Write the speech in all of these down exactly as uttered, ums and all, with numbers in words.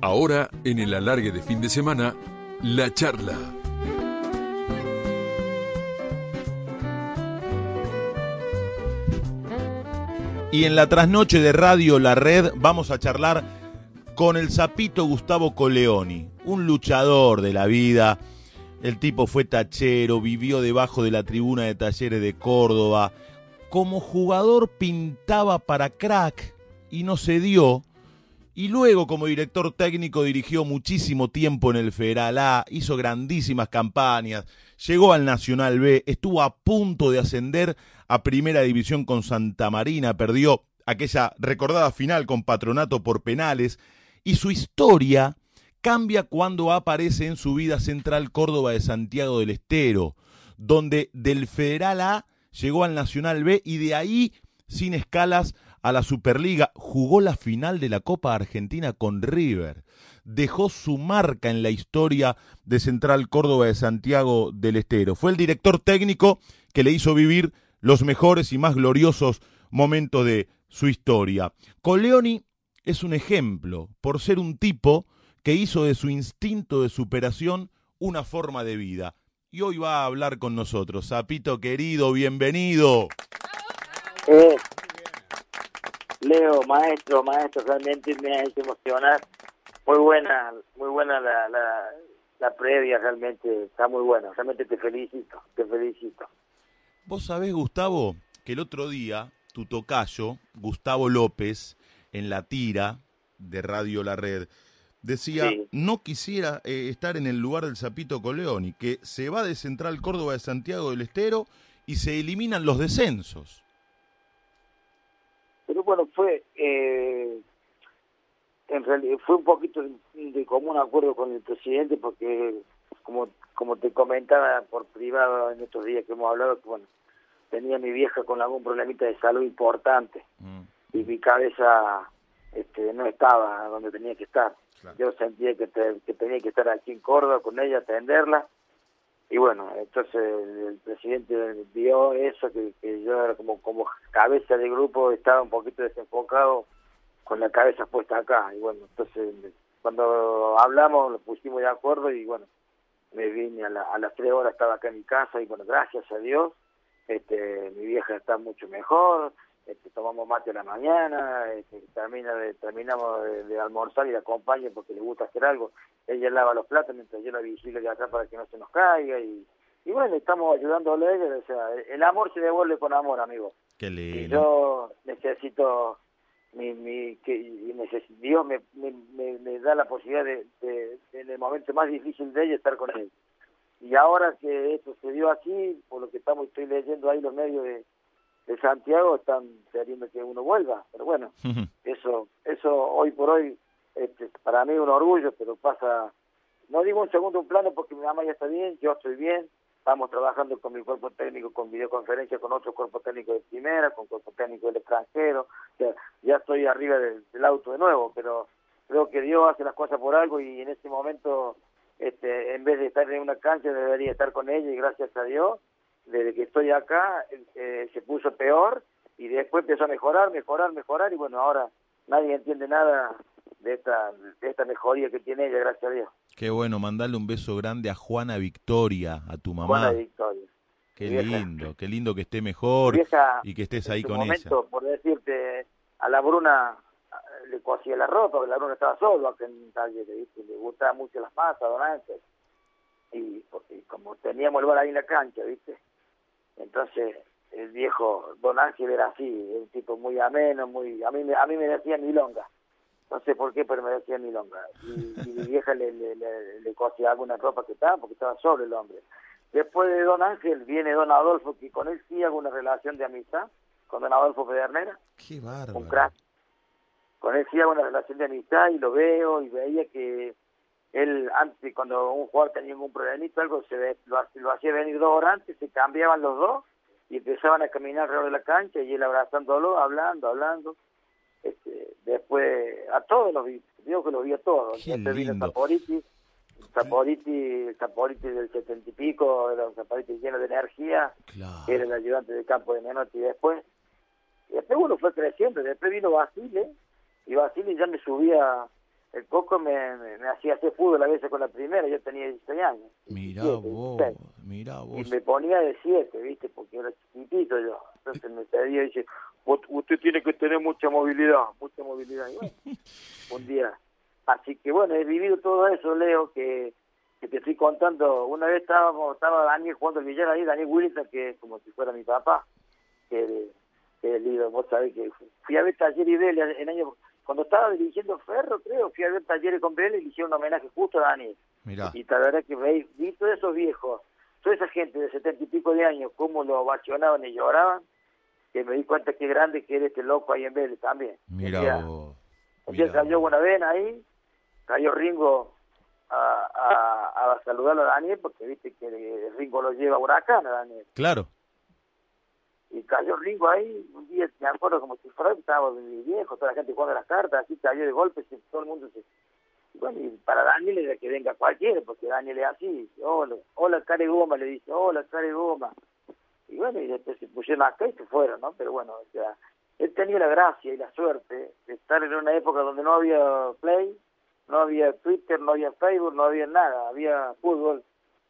Ahora, en el alargue de fin de semana, La Charla. Y en la trasnoche de Radio La Red vamos a charlar con el sapito Gustavo Coleoni, un luchador de la vida. El tipo fue tachero, vivió debajo de la tribuna de Talleres de Córdoba. Como jugador pintaba para crack y no se dio. Y luego como director técnico dirigió muchísimo tiempo en el Federal A, hizo grandísimas campañas, llegó al Nacional B, estuvo a punto de ascender a Primera División con Santa Marina, perdió aquella recordada final con Patronato por penales, y su historia cambia cuando aparece en su vida Central Córdoba de Santiago del Estero, donde del Federal A llegó al Nacional B y de ahí, sin escalas, a la Superliga, jugó la final de la Copa Argentina con River, dejó su marca en la historia de Central Córdoba de Santiago del Estero. Fue el director técnico que le hizo vivir los mejores y más gloriosos momentos de su historia. Coleoni es un ejemplo por ser un tipo que hizo de su instinto de superación una forma de vida. Y hoy va a hablar con nosotros. Sapito querido, bienvenido. Eh, Leo, maestro, maestro, realmente me ha hecho emocionar. Muy buena, muy buena la, la, la previa, realmente está muy buena. Realmente te felicito, te felicito. Vos sabés, Gustavo, que el otro día tu tocayo, Gustavo López, en la tira de Radio La Red, decía, sí. no quisiera eh, estar en el lugar del sapito Coleoni, que se va de Central Córdoba de Santiago del Estero y se eliminan los descensos. Pero bueno, fue eh, en realidad fue un poquito de, de común acuerdo con el presidente, porque como como te comentaba por privado en estos días que hemos hablado, que bueno, tenía mi vieja con algún problemita de salud importante mm. y mi cabeza este, no estaba donde tenía que estar. Claro. Yo sentía que, te, que tenía que estar aquí en Córdoba con ella, atenderla. Y bueno, entonces el, el presidente vio eso, que, que yo era como, como cabeza de grupo, estaba un poquito desenfocado con la cabeza puesta acá. Y bueno, entonces cuando hablamos lo pusimos de acuerdo y bueno, me vine a, la, a las tres horas, estaba acá en mi casa y bueno, gracias a Dios, este, mi vieja está mucho mejor, este, tomamos mate a la mañana, este, termina de, terminamos de, de almorzar y la acompaño porque le gusta hacer algo. Ella lava los platos mientras yo la vigilo de acá para que no se nos caiga y, y bueno, estamos ayudándole a ella. O sea, el amor se devuelve con amor, amigo. Qué lindo. Y yo necesito, mi, mi, que, neces, Dios me, me, me, me da la posibilidad de, de, de, en el momento más difícil de ella, estar con él. Y ahora que esto se dio así, por lo que estamos estoy leyendo ahí los medios de, de Santiago, están queriendo que uno vuelva. Pero bueno, uh-huh. eso eso hoy por hoy, este, para mí es un orgullo, pero pasa, no digo un segundo plano porque mi mamá ya está bien, yo estoy bien, estamos trabajando con mi cuerpo técnico, con videoconferencia, con otro cuerpo técnico de primera, con cuerpo técnico del extranjero, o sea, ya estoy arriba del, del auto de nuevo, pero creo que Dios hace las cosas por algo y en este momento, este, en vez de estar en una cancha, debería estar con ella y gracias a Dios, desde que estoy acá, eh, se puso peor y después empezó a mejorar, mejorar, mejorar y bueno, ahora nadie entiende nada de esta de esta mejoría que tiene ella, gracias a Dios. Qué bueno, mandarle un beso grande a Juana Victoria, a tu mamá. Juana Victoria. Qué lindo, qué lindo que esté mejor vieja, y que estés ahí en con momento, ella. Por decirte, a la Bruna le cosía la ropa, porque la Bruna estaba solo acá en Talleres, ¿viste? Le gustaban mucho las masas, don Ángel. Y, y como teníamos el bar ahí en la cancha, ¿viste? Entonces el viejo don Ángel era así, un tipo muy ameno, muy a mí a mí me decía milonga, no sé por qué, pero me decía milonga y, y mi vieja le, le, le, le cosía alguna ropa que estaba porque estaba solo el hombre. Después de don Ángel viene don Adolfo, que con él sí hago una relación de amistad, con don Adolfo Pedernera. Qué bárbaro. Un crack. Con él sí hago una relación de amistad y lo veo y veía que él antes, cuando un jugador tenía algún problemito, algo, se ve, lo, lo hacía venir dos horas antes, se cambiaban los dos y empezaban a caminar alrededor de la cancha y él abrazándolo, hablando, hablando. Este, después, a todos los vi, digo que los vi a todos. Después vino Saporiti, Saporiti, Saporiti del setenta y pico, era un Saporiti lleno de energía, claro. Era el ayudante de campo de Menotti después. Y después uno fue creciendo, después vino Basile, y Basile ya me subía el Coco me, me, me hacía hacer fútbol a veces con la primera, yo tenía dieciséis años. Mirá diecisiete, vos, dieciséis. mirá vos. Y me ponía de siete, ¿viste? Porque era chiquitito yo. Entonces me pedía y dice, usted tiene que tener mucha movilidad, mucha movilidad. Y bueno, un día. Así que bueno, he vivido todo eso, Leo, que, que te estoy contando. Una vez estábamos, estaba Daniel jugando el billar ahí, Daniel Willington, que es como si fuera mi papá, que, que el líder, vos sabés que fui a ver Taller y Vélez el año... Cuando estaba dirigiendo Ferro, creo, fui a ver Talleres con Vélez y le hicieron un homenaje justo a Dani. Mirá. Y la verdad que vi, vi todos esos viejos, toda esa gente de setenta y pico de años, cómo lo ovacionaban y lloraban, que me di cuenta qué grande que era este loco ahí en Vélez también. Mirá un día, vos. un día Mirá cayó vos. Buenavena ahí, cayó Ringo a, a, a saludarlo a Daniel, porque viste que Ringo lo lleva a Huracán a Daniel. Claro. Y cayó Ringo ahí, un día, me acuerdo como si fuera, estaba mi viejo, toda la gente jugando las cartas, así cayó de golpe, todo el mundo se... Y bueno, y para Daniel era que venga cualquiera, porque Daniel es así, dice, hola, hola Care Goma, le dice, hola Care Goma. Y bueno, y después se pusieron acá y se fueron, ¿no? Pero bueno, o sea, él tenía la gracia y la suerte de estar en una época donde no había Play, no había Twitter, no había Facebook, no había nada, había fútbol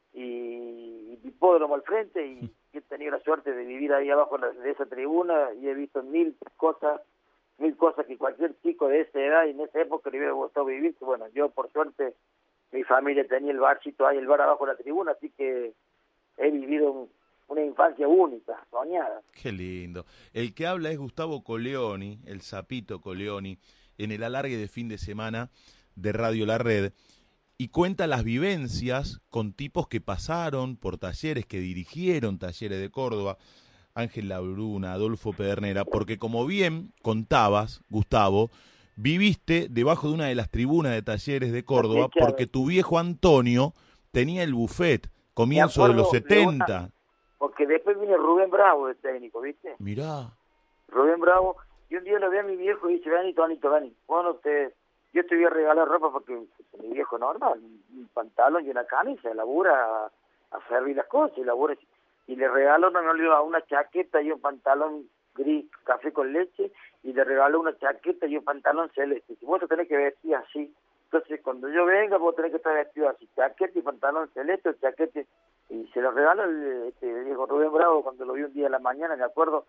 y hipódromo al frente, y he tenido la suerte de vivir ahí abajo de esa tribuna y he visto mil cosas, mil cosas que cualquier chico de esa edad y en esa época le hubiera gustado vivir, que bueno, yo por suerte, mi familia tenía el barcito ahí, el bar abajo de la tribuna, así que he vivido un, una infancia única, soñada. Qué lindo. El que habla es Gustavo Coleoni, el sapito Coleoni, en el alargue de fin de semana de Radio La Red, y cuenta las vivencias con tipos que pasaron por talleres, que dirigieron Talleres de Córdoba, Ángel Labruna, Adolfo Pedernera, porque como bien contabas, Gustavo, viviste debajo de una de las tribunas de Talleres de Córdoba porque tu viejo Antonio tenía el buffet, comienzo de los setenta. De una, porque después vino Rubén Bravo de técnico, ¿viste? Mirá. Rubén Bravo, y un día lo vi a mi viejo y dice, Benito, Benito, Benito, bueno, te... yo te voy a regalar ropa porque mi viejo normal, un pantalón y una camisa, labura a, a servir las cosas, y labura, y le regaló no, no, una chaqueta y un pantalón gris, café con leche, y le regaló una chaqueta y un pantalón celeste. Si vos te tenés que vestir así, entonces cuando yo venga vos tenés que estar vestido así, chaqueta y pantalón celeste, chaquete, y se lo regaló el este, viejo Rubén Bravo cuando lo vi un día en la mañana, me acuerdo,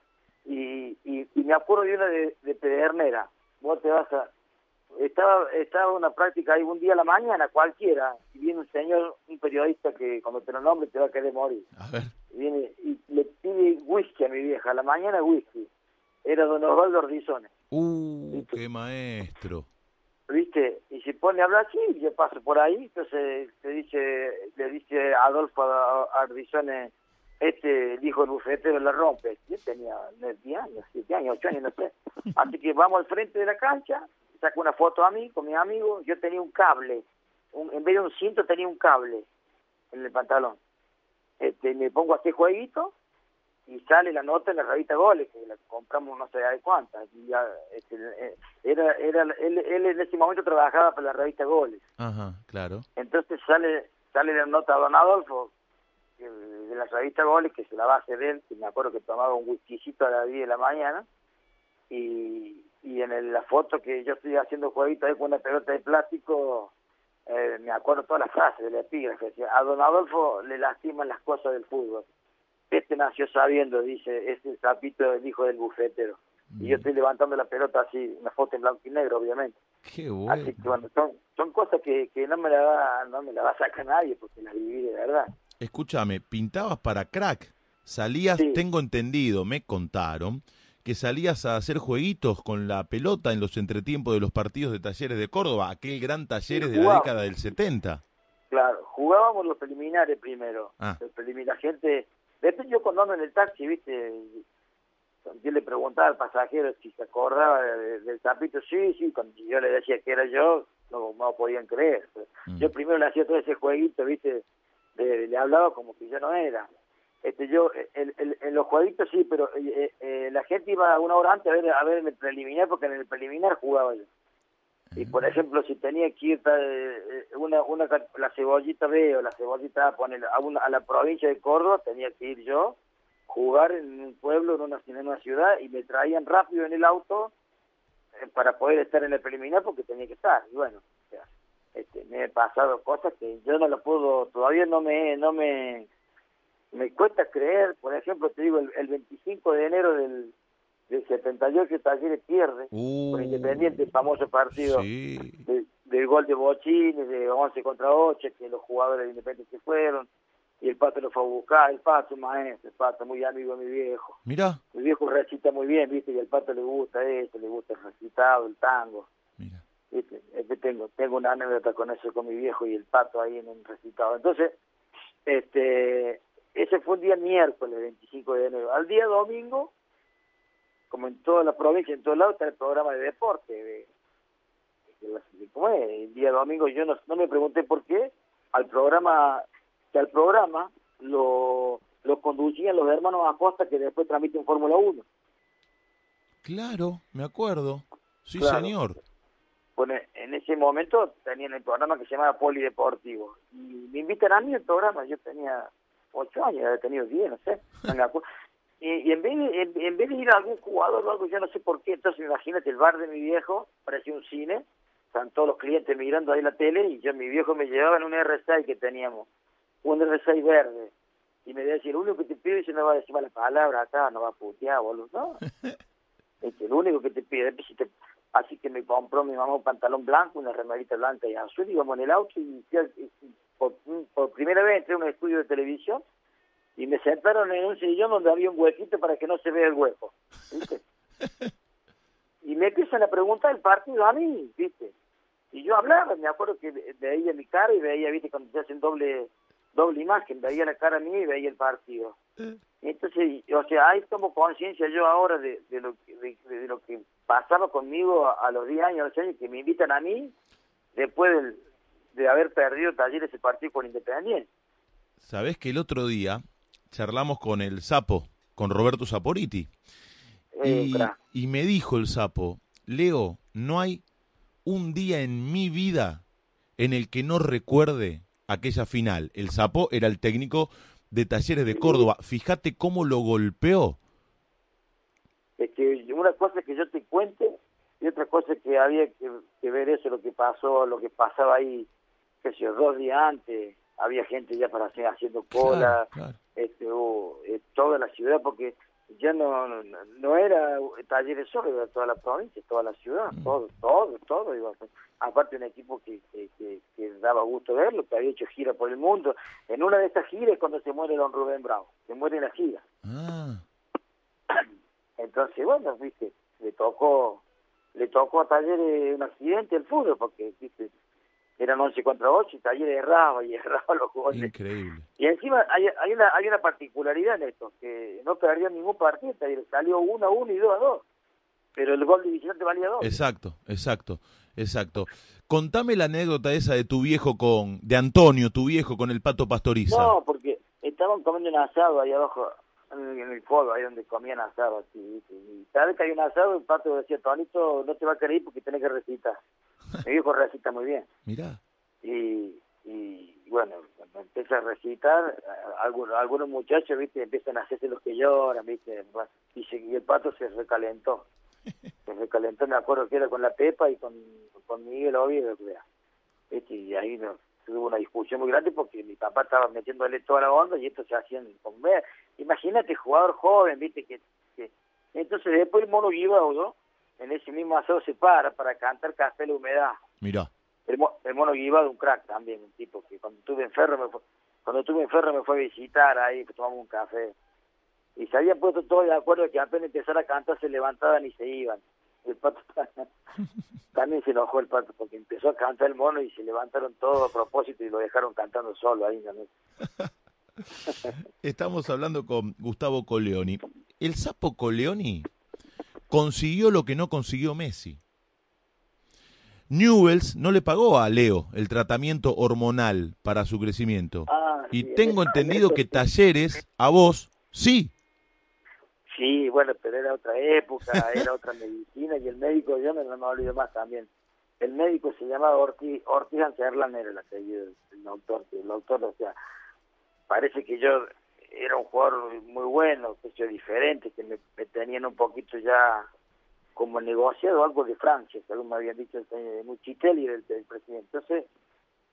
y, y, y me acuerdo de una de, de Pedernera, vos te vas a... Estaba estaba una práctica ahí un día a la mañana, cualquiera, y viene un señor, un periodista que cuando te lo nombre te va a querer morir. A ver. Y viene y le pide whisky a mi vieja, a la mañana whisky. Era don Osvaldo Ordizones. Uh, ¿Viste? Qué maestro. ¿Viste? Y se pone a hablar así, y yo paso por ahí, entonces te dice, le dice Adolfo Ordizones, este, el hijo del bufetero la rompe. Yo tenía diez años, siete años, ocho años, no sé. Así que vamos al frente de la cancha, saco una foto a mí con mi amigo, yo tenía un cable, un, en vez de un cinto tenía un cable en el pantalón. Este, me pongo a hacer jueguito y sale la nota en la revista Goles, que la compramos no sé de cuántas. Y ya, este, era, era, él, él en ese momento trabajaba para la revista Goles. Ajá, claro. Entonces sale sale la nota a don Adolfo, de la revista Goles, que se la base de él, que me acuerdo que tomaba un whiskycito a las diez de la mañana, y y en el, la foto que yo estoy haciendo jueguito ahí con una pelota de plástico, eh, me acuerdo todas las frases del epígrafe, decía, a don Adolfo le lastiman las cosas del fútbol. Este nació sabiendo, dice, este sapito es el hijo del bufetero. Mm. Y yo estoy levantando la pelota así, una foto en blanco y negro, obviamente. Qué bueno. Así que bueno, son, son cosas que, que no me la va, no me la va a sacar nadie, porque las viví de verdad. Escúchame, pintabas para Crack, salías, sí. Tengo entendido, me contaron, que salías a hacer jueguitos con la pelota en los entretiempos de los partidos de Talleres de Córdoba, aquel gran Talleres de la década del setenta. Claro, jugábamos los preliminares primero. Ah. Los preliminares, la gente... Después yo cuando ando en el taxi, viste, yo le preguntaba al pasajero si se acordaba de, del sapito, sí, sí, cuando yo le decía que era yo, no, no podían creer. Mm. Yo primero le hacía todo ese jueguito, viste, de, le hablaba como que yo no era. Este, yo, el, el, en los jueguitos sí, pero eh, eh, la gente iba una hora antes a ver, a ver en el preliminar, porque en el preliminar jugaba yo. Y por ejemplo, si tenía que ir eh, una, una, la cebollita B o la cebollita A, poner a, una, a la provincia de Córdoba, tenía que ir yo, jugar en un pueblo, en una, en una ciudad, y me traían rápido en el auto eh, para poder estar en el preliminar, porque tenía que estar. Y bueno, este, me he pasado cosas que yo no lo puedo, todavía no me, no me, me cuesta creer. Por ejemplo, te digo, el, el veinticinco de enero del, del setenta y ocho Talleres pierde Uh, con Independiente, el famoso partido sí. de, del gol de Bochini, de once contra ocho, que los jugadores de Independiente se fueron, y el Pato lo fue a buscar, el Pato, maestro, el Pato, muy amigo de mi viejo. Mirá. Mi viejo recita muy bien, viste, y al Pato le gusta esto, le gusta el recitado, el tango. Mira. ¿Viste? Es que tengo, tengo una anécdota con eso, con mi viejo y el Pato ahí en un recitado. Entonces, este, ese fue un día miércoles, veinticinco de enero. Al día domingo, como en toda la provincia, en todos lados, está el programa de deporte. De, de, de, ¿Cómo es? El día domingo yo no, no me pregunté por qué, al programa, que al programa lo, lo conducían los hermanos Acosta, que después transmiten Fórmula uno. Claro, me acuerdo. Sí, Claro. señor. Bueno, en ese momento tenían el programa que se llamaba Polideportivo. Y me invitan a mí al programa. Yo tenía ocho años, había tenido diez, no sé. No me acuerdo. Y, y en, vez de, en, en vez de ir a algún jugador o algo, yo no sé por qué. Entonces, imagínate, el bar de mi viejo parecía un cine. Están todos los clientes mirando ahí la tele. Y yo, mi viejo me llevaba en un R seis que teníamos. Un R seis verde. Y me decía, lo único que te pido, y se no va a decir malas palabras acá, no va a putear, boludo. No. Es que lo único que te pide, si te... Así que me compró mi mamá un pantalón blanco, una remerita blanca y azul, y íbamos en el auto y, y, y por, por primera vez entré a un estudio de televisión y me sentaron en un sillón donde había un huequito para que no se vea el hueco, ¿viste? Y me empiezan a preguntar el partido a mí, ¿viste? Y yo hablaba, me acuerdo que veía mi cara y veía, ¿viste? Cuando se hacen doble doble imagen, veía la cara mía y veía el partido. Entonces, o sea, ahí tomo conciencia yo ahora de, de, lo, de, de lo que pasaba conmigo a, a los diez años, once años, que me invitan a mí después del, de haber perdido Talleres ese partido con Independiente. Sabés que el otro día charlamos con el Sapo, con Roberto Saporiti, Eh, y, y me dijo el Sapo, Leo, no hay un día en mi vida en el que no recuerde aquella final. El Sapo era el técnico de Talleres de Córdoba. Fíjate cómo lo golpeó. Es que una cosa es que yo te cuente y otra cosa es que había que, que ver eso, lo que pasó, lo que pasaba ahí, que si dos días antes había gente ya para hacer haciendo cola, Claro, claro. este o, eh, toda la ciudad, porque ya no no, no era Talleres solo, era toda la provincia, toda la ciudad, Mm. todo, todo, todo iba a ser. Aparte un equipo que, que, que, que daba gusto verlo, que había hecho gira por el mundo. En una de estas giras es cuando se muere don Rubén Bravo, se muere en la gira. Ah, Entonces, bueno, viste, le tocó le tocó a Talleres un accidente el fútbol, porque viste, eran once contra ocho y Talleres erraba y erraba los goles. increíble. Y encima hay, hay una hay una particularidad en esto, que no perdió ningún partido, Talleres salió uno a uno y dos a dos, pero el gol de visitante valía dos. Exacto, exacto, exacto. Contame la anécdota esa de tu viejo con, de Antonio, tu viejo con el Pato Pastoriza. No, porque estaban comiendo un asado ahí abajo, en, en el codo, ahí donde comían asado, así, ¿viste? Y cada vez que hay un asado, el Pato decía, Tonito, no te va a querer ir porque tenés que recitar. Mi viejo recita muy bien. Mirá. Y, y bueno, cuando empieza a recitar, algunos, algunos muchachos, ¿viste? Empiezan a hacerse los que lloran, ¿viste? Y, se, y el Pato se recalentó. Se recalentó, me acuerdo que era con la Pepa y con, con Miguel Oviedo, ¿viste? Y ahí no, hubo una discusión muy grande porque mi papá estaba metiéndole toda la onda y esto se hacían con ver. Imagínate, jugador joven, ¿viste? que, que Entonces después el Mono Guibaudo, en ese mismo asado, se para para cantar Café la Humedad. Mirá. El, el Mono Guibaudo, un crack también, un tipo que cuando estuve en Ferro me fue, cuando estuve en Ferro me fue a visitar ahí, tomamos un café. Y se habían puesto todos de acuerdo que apenas empezara a cantar se levantaban y se iban. El Pato también se enojó el Pato porque empezó a cantar el Mono y se levantaron todos a propósito y lo dejaron cantando solo ahí también. Estamos hablando con Gustavo Coleoni. El Sapo Coleoni consiguió lo que no consiguió Messi. Newell's no le pagó a Leo el tratamiento hormonal para su crecimiento. Ah, y sí, tengo eso, entendido eso que sí. Talleres, a vos, sí. Sí, bueno, pero era otra época, era otra medicina y el médico, yo no me olvido más también. El médico se llamaba Ortiz, Ortiz Ancerlan, era el apellido del doctor, el doctor, o sea, parece que yo era un jugador muy bueno, que yo diferente, que me, me tenían un poquito ya como negociado algo de Francia, según me habían dicho el Muchitelli del, del presidente. Entonces,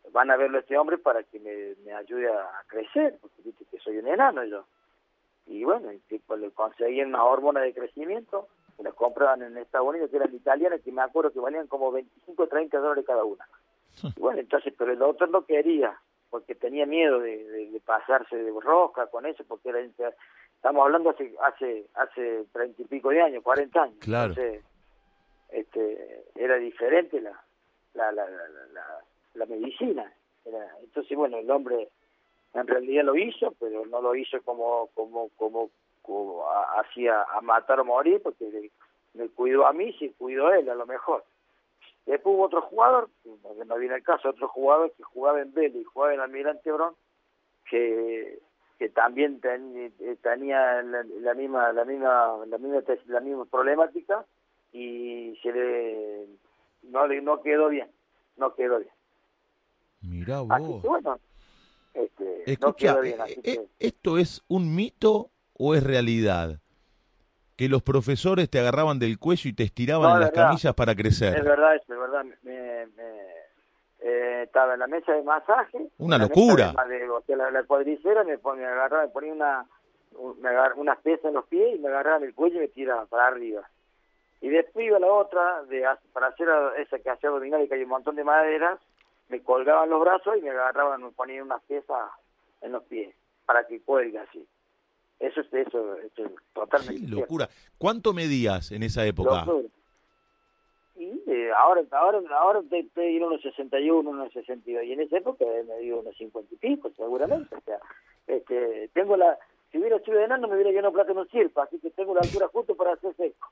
van a verlo a este hombre para que me, me ayude a crecer, porque viste que soy un enano yo. Y bueno, y tipo, le conseguían una hormona de crecimiento, que las compraban en Estados Unidos, que eran italianas, que me acuerdo que valían como veinticinco o treinta dólares cada una. Y bueno, entonces, pero el doctor no quería, porque tenía miedo de, de, de pasarse de rosca con eso, porque era, estamos hablando hace hace hace treinta y pico de años, cuarenta años. Claro. Entonces, este, era diferente la la la la, la, la medicina. Era, entonces, bueno, el hombre en realidad lo hizo, pero no lo hizo como como como, como hacía a, a matar o morir, porque me, me cuidó a mí, se cuidó él a lo mejor. Después hubo otro jugador, que no viene el caso, otro jugador que jugaba en Vélez y jugaba en Almirante Brown, que que también ten, tenía la, la misma la misma la misma la misma problemática y se le no le no quedó bien, no quedó bien. Mirá vos. Así que bueno, este, Escucha, no quedó bien, así eh, que... ¿esto es un mito o es realidad? Que los profesores te agarraban del cuello y te estiraban No, en es las verdad. camillas para crecer. Es verdad, es verdad. Me, me, eh, estaba en la mesa de masaje. Una en la locura. Mesa de, de, o sea, la, la cuadricera me, pon, me agarraba, me ponía una, un, me agarraba unas pesas en los pies y me agarraban el cuello y me tiraban para arriba. Y después iba la otra, de para hacer esa que hacía abdominal y que hay un montón de maderas, me colgaban los brazos y me agarraban, me ponían unas pesas en los pies para que cuelgue así. Eso es eso, eso es totalmente Qué cierto. locura. ¿Cuánto medías en esa época? Locura. Y eh, ahora ahora ahora te, te ir unos sesenta y uno, unos sesenta y dos, y en esa época me dio unos cincuenta y pico seguramente. O sea, este, tengo la, si hubiera sido enano me hubiera llenado plata en un circo, así que tengo la altura justo para hacer seco.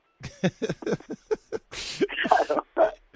Claro.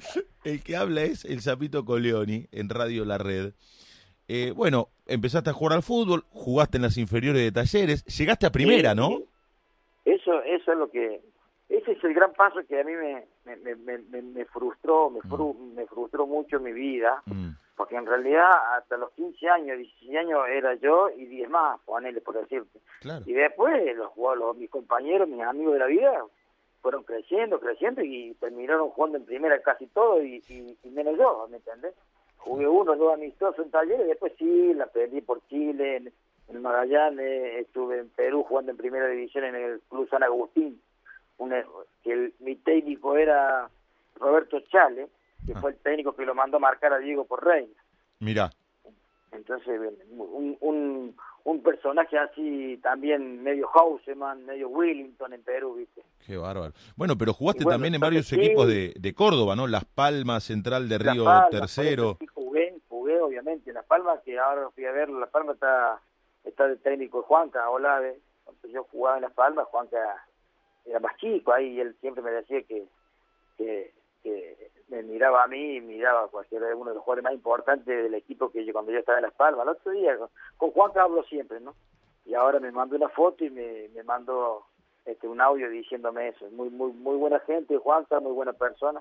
El que habla es el Sapito Coleoni en Radio La Red. Eh, bueno, empezaste a jugar al fútbol, jugaste en las inferiores de Talleres, llegaste a primera, Sí, ¿no? sí. Eso, eso es lo que, ese es el gran paso que a mí me, me, me, me, me frustró, me, fru, mm. me frustró mucho en mi vida, mm. porque en realidad hasta los quince años, dieciséis años era yo y diez más, ponele por decirte. Claro. Y después los, los mis compañeros, mis amigos de la vida, fueron creciendo, creciendo y terminaron jugando en primera casi todo y, y, y menos yo, ¿me entendés? Jugué uno, dos amistosos en Talleres y después sí, la perdí por Chile, en, en Magallanes, estuve en Perú jugando en primera división en el Club San Agustín, una, que el, mi técnico era Roberto Chale, que ah. fue el técnico que lo mandó a marcar a Diego por Reina. Mirá. Entonces, un, un, un personaje así también medio Houseman, medio Willington en Perú, ¿viste? Qué bárbaro. Bueno, pero jugaste bueno, también en varios sí, equipos de, de Córdoba, ¿no? Las Palmas, Central de Río Palmas, Tercero. Sí, jugué, jugué obviamente. Las Palmas, que ahora fui a ver, Las Palmas está, está de técnico Juanca Olave. Cuando yo jugaba en Las Palmas, Juanca era más chico ahí y él siempre me decía que, que, que me miraba a mí y miraba a cualquiera de uno de los jugadores más importantes del equipo que yo cuando yo estaba en Las Palmas. El otro día, con, con Juanca hablo siempre, ¿no? Y ahora me mandó una foto y me, me mandó este un audio diciéndome eso. Muy muy muy buena gente, Juanca, muy buena persona,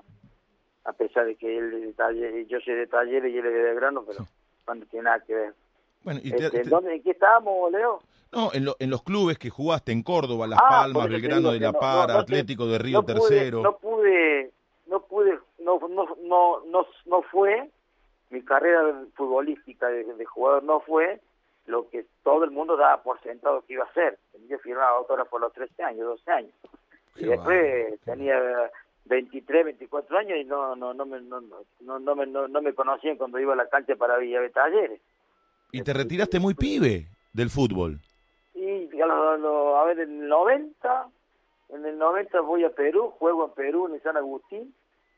a pesar de que él de taller, yo soy de Talleres y él es de Belgrano, pero no tiene nada que ver. Bueno, y te, este, te... ¿dónde, ¿En qué estábamos, Leo? No, en, lo, en los clubes que jugaste, en Córdoba, Las ah, Palmas, Belgrano de La no, Para, no, no Atlético te, de Río no pude, Tercero. No pude, no pude, no no no no, no fue, mi carrera futbolística de, de jugador no fue lo que todo el mundo daba por sentado que iba a ser. Yo firmaba autógrafo por los trece años, doce años. Qué y después va, tenía veintitrés, veinticuatro años y no no no me no no no me no, no me conocían cuando iba a la cancha para Villa de Talleres. Y te retiraste muy pibe del fútbol. Y a, lo, lo, a ver, en el noventa, en el noventa voy a Perú, juego en Perú, en San Agustín,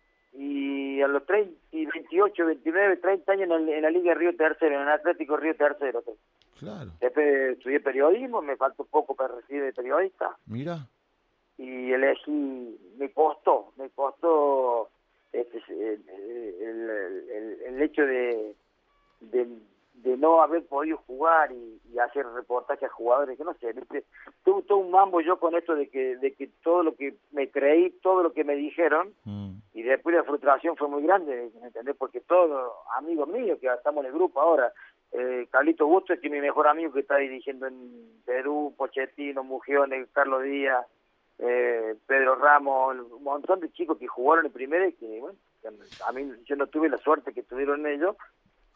y a los treinta, veintiocho, veintinueve, treinta años en, el, en la Liga Río Tercero, en el Atlético Río Tercero. Claro. Después estudié periodismo, me faltó poco para recibir de periodista. Mira. Y elegí, me costó, me costó este, el, el, el, el hecho de, de, de no haber podido jugar y, y hacer reportajes a jugadores, que no sé, tuve todo un mambo yo con esto de que de que todo lo que me creí, todo lo que me dijeron, mm. y después la frustración fue muy grande, ¿me entendés? Porque todos amigos míos que estamos en el grupo ahora, eh, Carlito Bustos, que es mi mejor amigo que está dirigiendo en Perú, Pochettino, Mugiones, Carlos Díaz, eh, Pedro Ramos, un montón de chicos que jugaron en primera y que, bueno, a mí yo no tuve la suerte que tuvieron ellos,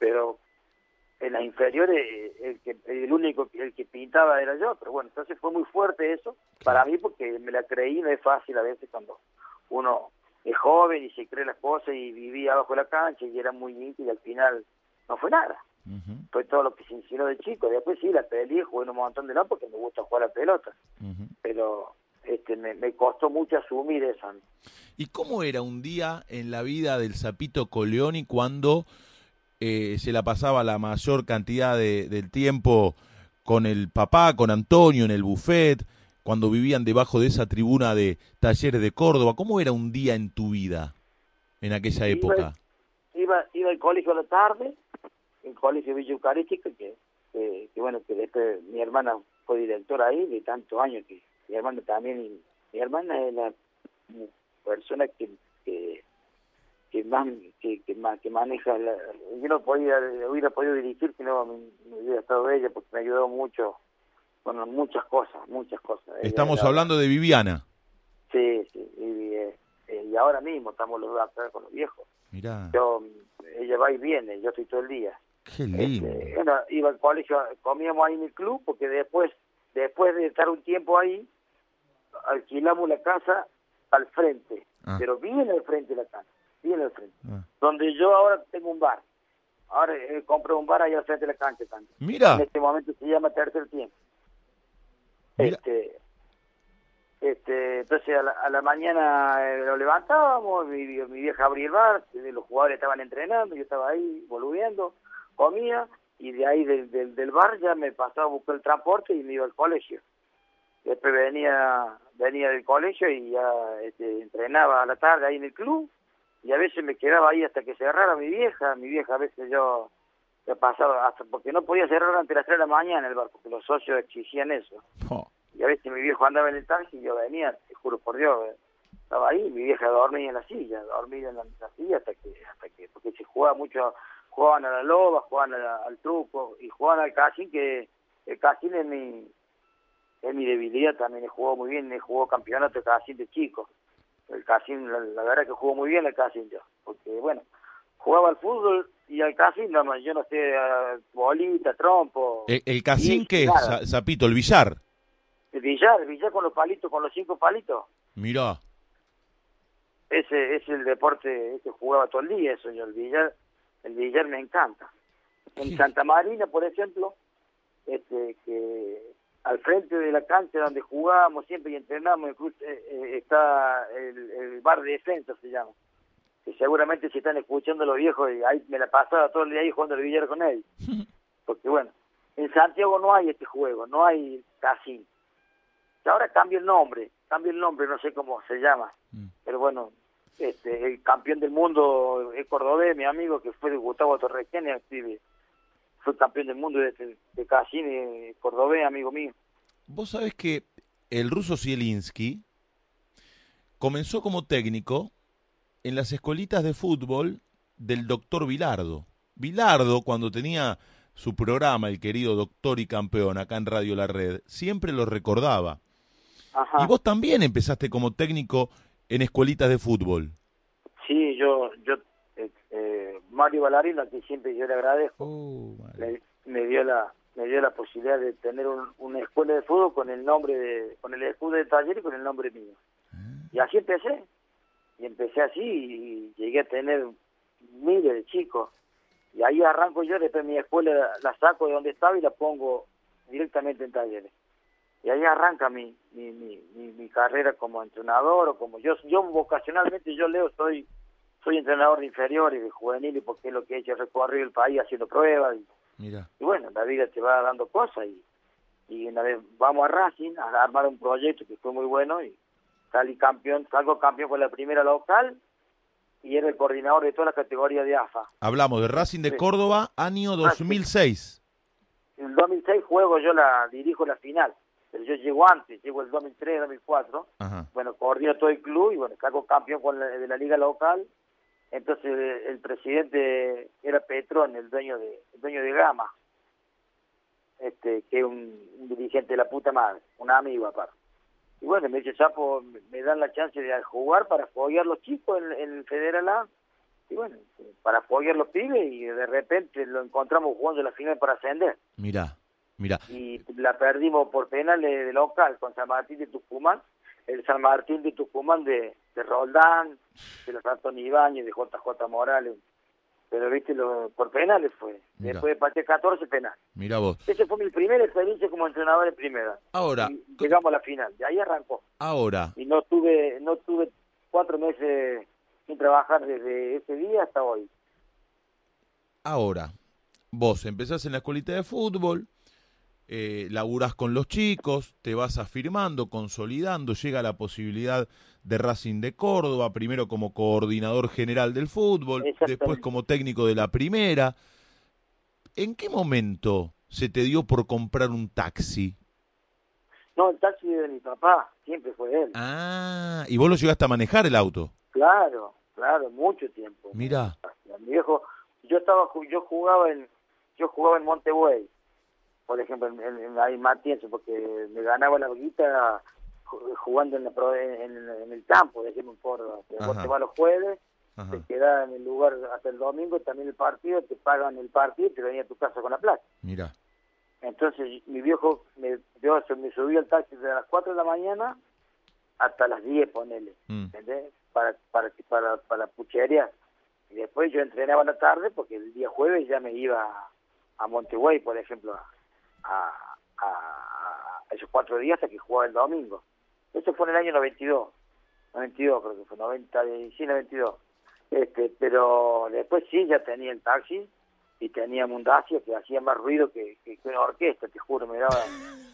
pero en las inferiores el que el único el que pintaba era yo, pero bueno, entonces fue muy fuerte eso para mí porque me la creí, no es fácil a veces cuando uno es joven y se cree las cosas y vivía abajo de la cancha y era muy íntimo y al final no fue nada. Uh-huh. Fue todo lo que se insinuó de chico. Después sí, la peleé, jugué un montón de no porque me gusta jugar a la pelota. Uh-huh. Pero este me, me costó mucho asumir eso. ¿Y cómo era un día en la vida del Sapito Coleoni cuando eh, se la pasaba la mayor cantidad de, del tiempo con el papá, con Antonio en el buffet, cuando vivían debajo de esa tribuna de Talleres de Córdoba? ¿Cómo era un día en tu vida en aquella iba, época? Iba, iba al colegio a la tarde, el colegio Villa Eucarística, que, que, que bueno, que después mi hermana fue directora ahí de tantos años, que mi hermana también, y mi hermana es la persona que que, que más que, que, más, que maneja, la, yo no podía, hubiera podido dirigir que no me, me hubiera estado ella, porque me ayudó mucho, bueno, muchas cosas, muchas cosas. Estamos ella, hablando de Viviana. Sí, sí, y, eh, y ahora mismo estamos los dos acá con los viejos. Mirá. Yo, ella va y viene, yo estoy todo el día. Qué lindo. Este, bueno, iba al colegio, comíamos ahí en el club, porque después, después de estar un tiempo ahí, alquilamos la casa al frente, ah. pero bien al frente de la casa, bien al frente. Ah. Donde yo ahora tengo un bar. Ahora eh, compré un bar ahí al frente de la cancha también. Mira. En este momento se llama Tercer Tiempo. Mira. Este, este, entonces a la, a la mañana eh, lo levantábamos, mi, mi vieja abría el bar, los jugadores estaban entrenando, yo estaba ahí volviendo, comía, y de ahí del, del, del bar ya me pasaba a buscar el transporte y me iba al colegio. Después venía venía del colegio y ya este, entrenaba a la tarde ahí en el club, y a veces me quedaba ahí hasta que cerrara mi vieja, mi vieja a veces yo ya pasaba, hasta porque no podía cerrar antes de las tres de la mañana el bar, porque los socios exigían eso. Oh. Y a veces mi viejo andaba en el taxi y yo venía, te juro por Dios, eh, estaba ahí, mi vieja dormía en la silla, dormía en la, la silla hasta que, hasta que, porque se jugaba mucho, jugaban a la loba, jugaban a la, al truco y jugaban al casín, que el casín es mi, es mi debilidad también, he jugado muy bien, he jugado campeonato de casín de chico, el casín, la, la verdad que jugó muy bien el casín yo, porque bueno, jugaba al fútbol y al casín, no, yo no sé, uh, bolita, trompo. ¿El, el casín qué es, Sapito, el billar? El billar, el billar con los palitos, con los cinco palitos. Mirá. Ese es el deporte, ese jugaba todo el día, eso yo, el billar, el billar me encanta. En Santa Marina, por ejemplo, este, que al frente de la cancha donde jugábamos siempre y entrenábamos, incluso, eh, eh, está el, el bar de defensa, se llama. Que seguramente si están escuchando los viejos, y ahí me la pasaba todo el día ahí jugando al billar con ellos. Porque bueno, en Santiago no hay este juego, no hay casino. Ahora cambia el nombre, cambia el nombre, no sé cómo se llama, mm. pero bueno, este, el campeón del mundo es cordobés, mi amigo, que fue de Gustavo Torrequén, fue campeón del mundo de, de, de casino, cordobés, amigo mío. Vos sabés que el ruso Zielinski comenzó como técnico en las escuelitas de fútbol del doctor Bilardo. Bilardo, cuando tenía su programa, el querido Doctor y Campeón, acá en Radio La Red, siempre lo recordaba. Ajá. Y vos también empezaste como técnico en escuelitas de fútbol. Sí, yo, yo eh, eh, Mario Valarino, a quien siempre yo le agradezco, oh, vale. me, me dio la me dio la posibilidad de tener un, una escuela de fútbol con el nombre de, con el escudo de taller y con el nombre mío. Ah. Y así empecé, y empecé así y llegué a tener miles de chicos. Y ahí arranco yo, después mi escuela la saco de donde estaba y la pongo directamente en Talleres. Y ahí arranca mi mi, mi, mi, mi carrera como entrenador, o como yo yo vocacionalmente, yo Leo, soy soy entrenador de inferiores, de juveniles, porque es lo que he hecho, recorrido el país haciendo pruebas. Y, Mira. y bueno, la vida te va dando cosas. Y, y una vez vamos a Racing a armar un proyecto que fue muy bueno y salí campeón, salgo campeón con la primera local. Y era el coordinador de toda la categoría de A F A. Hablamos de Racing de sí. Córdoba, año dos mil seis. En el dos mil seis juego, yo la dirijo la final, pero yo llego antes, llego el dos mil tres, dos mil cuatro. Ajá. Bueno, coordino todo el club y bueno, salgo campeón con la, de la liga local. Entonces el, el presidente era Petrón, el dueño de el dueño de Gama, este que es un, un dirigente de la puta madre, un amigo aparte. Y bueno, me dice, Chapo, me dan la chance de jugar para foguear los chicos en, en el Federal A, y bueno, para apoyar a los pibes, y de repente lo encontramos jugando la final para ascender. Mirá, mirá. Y la perdimos por penales de local con San Martín de Tucumán, el San Martín de Tucumán de, de Roldán, de los Ratón Ibáñez, de J J Morales. Pero viste, lo, por penales fue. Mirá. Después de patear catorce penales. Mirá vos. Esa fue mi primera experiencia como entrenador en primera. Ahora. Y llegamos a la final, y ahí arrancó. Ahora. Y no tuve, no tuve cuatro meses sin trabajar desde ese día hasta hoy. Ahora, vos empezás en la escuelita de fútbol, eh, laburás con los chicos, te vas afirmando, consolidando, llega la posibilidad de Racing de Córdoba, primero como coordinador general del fútbol, después como técnico de la primera. ¿En qué momento se te dio por comprar un taxi? No, el taxi de mi papá, siempre fue él. Ah, ¿y vos lo llegaste a manejar el auto? Claro, claro, mucho tiempo. Mirá. Mi viejo, yo estaba, yo jugaba en, yo jugaba en Montevideo, por ejemplo, en, en, en Matienzo, porque me ganaba la guita jugando en, la, en, en el campo, decimos, por vos te vas los jueves, ajá, te quedás en el lugar hasta el domingo, también el partido, te pagan el partido y te venía a tu casa con la plata. Mira. Entonces mi viejo, me, yo me subí al taxi desde las cuatro de la mañana hasta las diez, ponele, mm. ¿entendés? Para, para, para, para pucherear. Y después yo entrenaba en la tarde porque el día jueves ya me iba a, a Montevideo, por ejemplo, a, a, a esos cuatro días hasta que jugaba el domingo. Eso fue en el año noventa y dos, noventa y dos creo que fue, noventa, sí, noventa y dos. Este, pero después sí, ya tenía el taxi y tenía un Dacia que hacía más ruido que, que, que una orquesta, te juro, me daba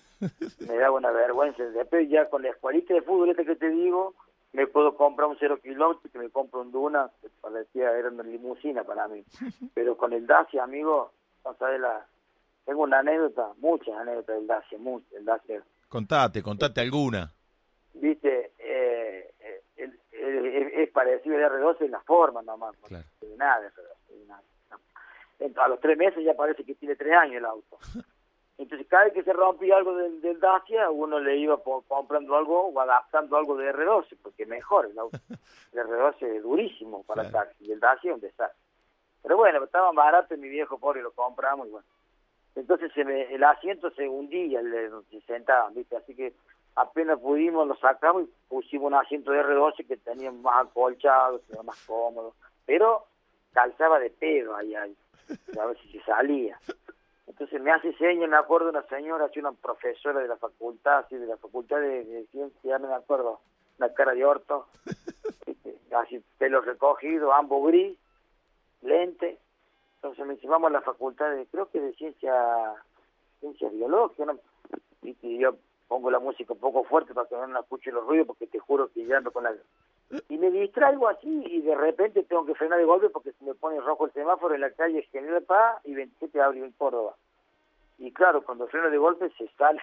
me daba una vergüenza. Después ya con la escuelita de fútbol esta que te digo, me puedo comprar un cero kilómetro, que me compro un Duna, que parecía, era una limusina para mí. Pero con el Dacia, amigo, no sabes la... Tengo una anécdota, muchas anécdotas del Dacia, muchas, el Dacia. Contate, contate alguna. Viste, eh, eh, el, el, el, es parecido al R doce en la forma nomás, claro. No tiene nada de R doce, nada. No. A los tres meses ya parece que tiene tres años el auto. Entonces cada vez que se rompía algo del, del Dacia, uno le iba por, comprando algo o adaptando algo de R doce, porque mejor, el, auto, el R doce es durísimo para el taxi, y el Dacia es un desastre. Pero bueno, estaba barato y mi viejo pobre lo compramos y bueno. Entonces se me, el asiento se hundía, el, se sentaban, ¿viste? Así que apenas pudimos, lo sacamos y pusimos un asiento de R doce que tenía más acolchado, que era más cómodo, pero calzaba de pedo ahí, ahí, a ver si se salía. Entonces me hace señas, me acuerdo una señora, así una profesora de la facultad, así de la facultad de, de ciencia, no me acuerdo, una cara de orto, este, así pelo recogido, ambos gris, lente. Entonces me dice, vamos a la facultad de, creo que de ciencia, ciencia biológica, ¿no? Y, y yo pongo la música un poco fuerte para que no escuche los ruidos, porque te juro que ya ando con la... Y me distraigo así, y de repente tengo que frenar de golpe porque se me pone rojo el semáforo en la calle General Paz y veintisiete de abril en Córdoba. Y claro, cuando freno de golpe se sale,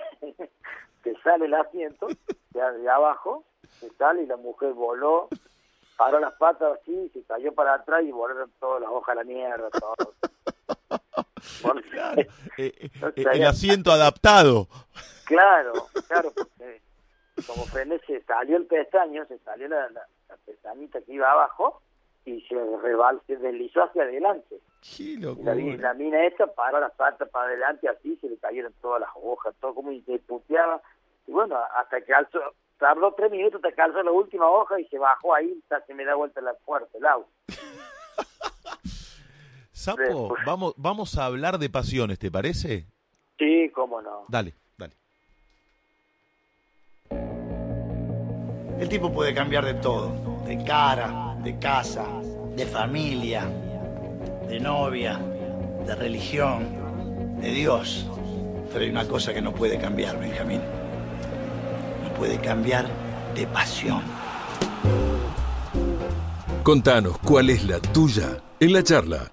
se sale el asiento de, de abajo, se sale y la mujer voló, paró las patas así, se cayó para atrás y volaron todas las hojas a la mierda, todo. Bueno, claro, eh, eh, el asiento adaptado. Claro, claro, porque como frené se salió el pestaño, se salió la, la, la pestañita que iba abajo y se rebal, se deslizó hacia adelante. Qué locura. La, la mina esta paró las patas para adelante así, se le cayeron todas las hojas, todo como se puteaba. Y bueno, hasta que alzó, tardó tres minutos hasta que alzó la última hoja y se bajó ahí, hasta se me da vuelta la puerta, el auto. Sapo, pues, vamos, vamos a hablar de pasiones, ¿te parece? Sí, cómo no. Dale, dale. El tipo puede cambiar de todo, de cara, de casa, de familia, de novia, de religión, de Dios. Pero hay una cosa que no puede cambiar, Benjamín. No puede cambiar de pasión. Contanos cuál es la tuya en la charla.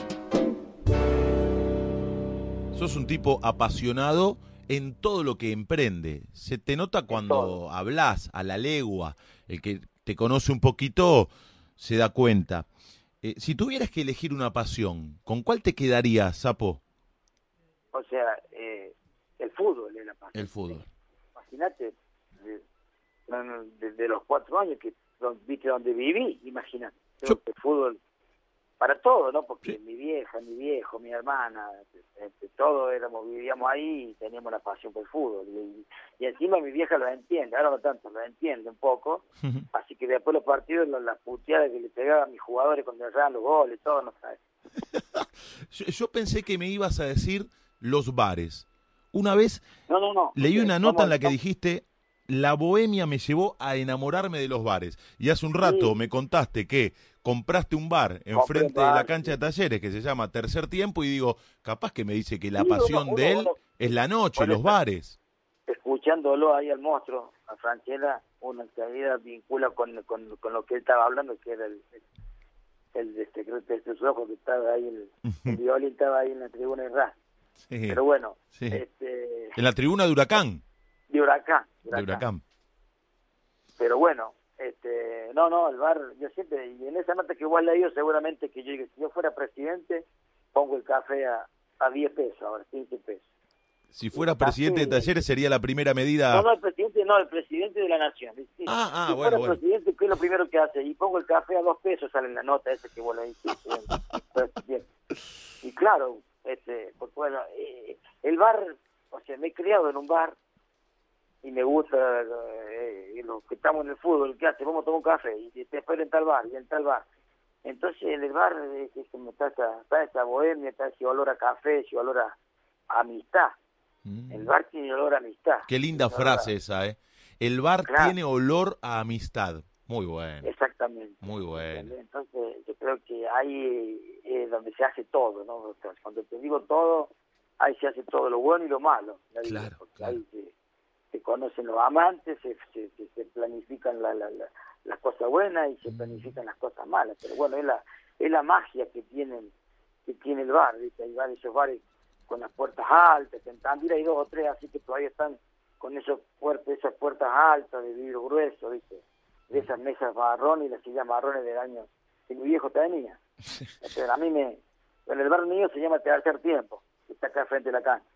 Sos un tipo apasionado en todo lo que emprende. Se te nota cuando hablas a la legua. El que te conoce un poquito se da cuenta. Eh, si tuvieras que elegir una pasión, ¿con cuál te quedarías, Sapo? O sea, eh, el fútbol es la pasión. El fútbol. Imagínate, desde de, de los cuatro años que viste donde viví, imagínate. Yo... El fútbol para todo, ¿no? Porque Sí. mi vieja, mi viejo, mi hermana, este, todos éramos, vivíamos ahí y teníamos una pasión por el fútbol. Y, y encima mi vieja lo entiende, ahora no tanto, lo entiende un poco. Así que después los partidos, las, las puteadas que le pegaba a mis jugadores cuando erraban los goles, todo, no sabes. Yo, yo pensé que me ibas a decir los bares. Una vez No, no, no. leí porque una nota somos- en la que dijiste, la bohemia me llevó a enamorarme de los bares. Y hace un rato Sí. me contaste que compraste un bar Compré enfrente un de la bar, cancha de sí. Talleres que se llama Tercer Tiempo y digo, capaz que me dice que la Sí, uno- pasión de uno- él uno- es la noche, por los eso- bares. Escuchándolo ahí al monstruo, a Franchella, uno enseguida vincula con, con, con lo que él estaba hablando, que era el, el, el secreto de sus ojos, que estaba ahí, el, el violín estaba ahí en la tribuna de Ras. Sí, Pero bueno, sí. este, En la tribuna de Huracán. de Huracán, De Huracán. Pero bueno, este, no, no, el bar, yo siempre, y en esa nota que vos has leído, seguramente que yo digo, si yo fuera presidente, pongo el café a, a diez pesos, ahora quince pesos. Si fuera Café. presidente de Talleres sería la primera medida. No, no, el presidente, no, el presidente de la nación. ¿Viste? Ah, ah, si bueno, fuera bueno. presidente, ¿qué es lo primero que hace? Y pongo el café a dos pesos, sale en la nota esa que vos le dijiste. Y claro, este, pues bueno, eh, el bar, o sea, me he criado en un bar y me gusta, eh, los que estamos en el fútbol, ¿qué hace? Vamos a tomar un café y te espero en tal bar y en tal bar. Entonces en el bar eh, es como está esa, está esa bohemia, está ese olor a café, ese olor a, a amistad. Mm. El bar tiene olor a amistad. Qué linda Tiene frase olor esa, ¿eh? El bar Claro. tiene olor a amistad. Muy a- bueno, Exactamente. muy bueno. Entonces yo creo que ahí es donde se hace todo, ¿no? O sea, cuando te digo todo, ahí se hace todo, lo bueno y lo malo. la vida, Claro, porque claro. ahí se, se conocen los amantes, se, se, se, se planifican la, la, la, las cosas buenas y se Mm. planifican las cosas malas. Pero bueno, es la, es la magia que tienen, que tiene el bar, ¿viste? Hay varios esos bares con las puertas altas, en Tandil hay dos o tres, así que todavía están con esos puertas, esas puertas altas de vidrio grueso, ¿viste? De esas mesas marrones y las sillas marrones del año que mi viejo tenía. Pero a mí me... En el bar mío se llama Tercer Tiempo, que está acá frente a la cancha.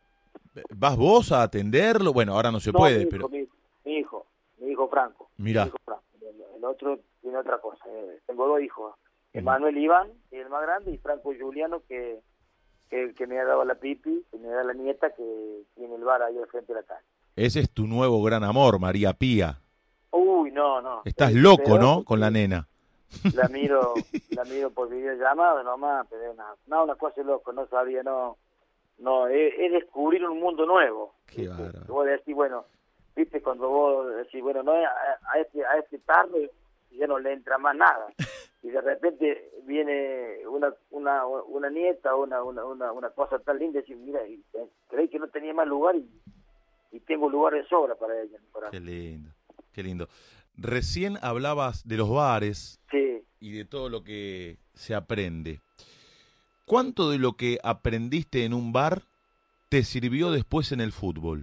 ¿Vas vos a atenderlo? Bueno, ahora no se No, puede, mi hijo, pero... mi, mi hijo, mi hijo Franco. Mirá. Mi hijo Franco. El, el otro tiene otra cosa. eh, tengo dos hijos. Emanuel Iván, que es el más grande, y Franco Juliano, que, que, que me ha dado la pipi, que me da la nieta, que tiene el bar ahí al frente de la cancha. Ese es tu nuevo gran amor, María Pía. Uy, no, no. Estás Es loco, peor ¿no? porque Con la nena. La miro, la miro por videollamada nomás, pero es una, no, una cosa de loco, no sabía, no, no, es, es descubrir un mundo nuevo. Qué ¿viste? bárbaro. Vos decís, bueno, viste, cuando vos decís, bueno, no, a, a este, a este tardo ya no le entra más nada. Y de repente viene una una, una nieta, una, una, una, una cosa tan linda, y decís, mira, y, eh, creí que no tenía más lugar y, y tengo lugar de sobra para ella. Para... Qué lindo, qué lindo. Recién hablabas de los bares Sí. y de todo lo que se aprende. ¿Cuánto de lo que aprendiste en un bar te sirvió después en el fútbol?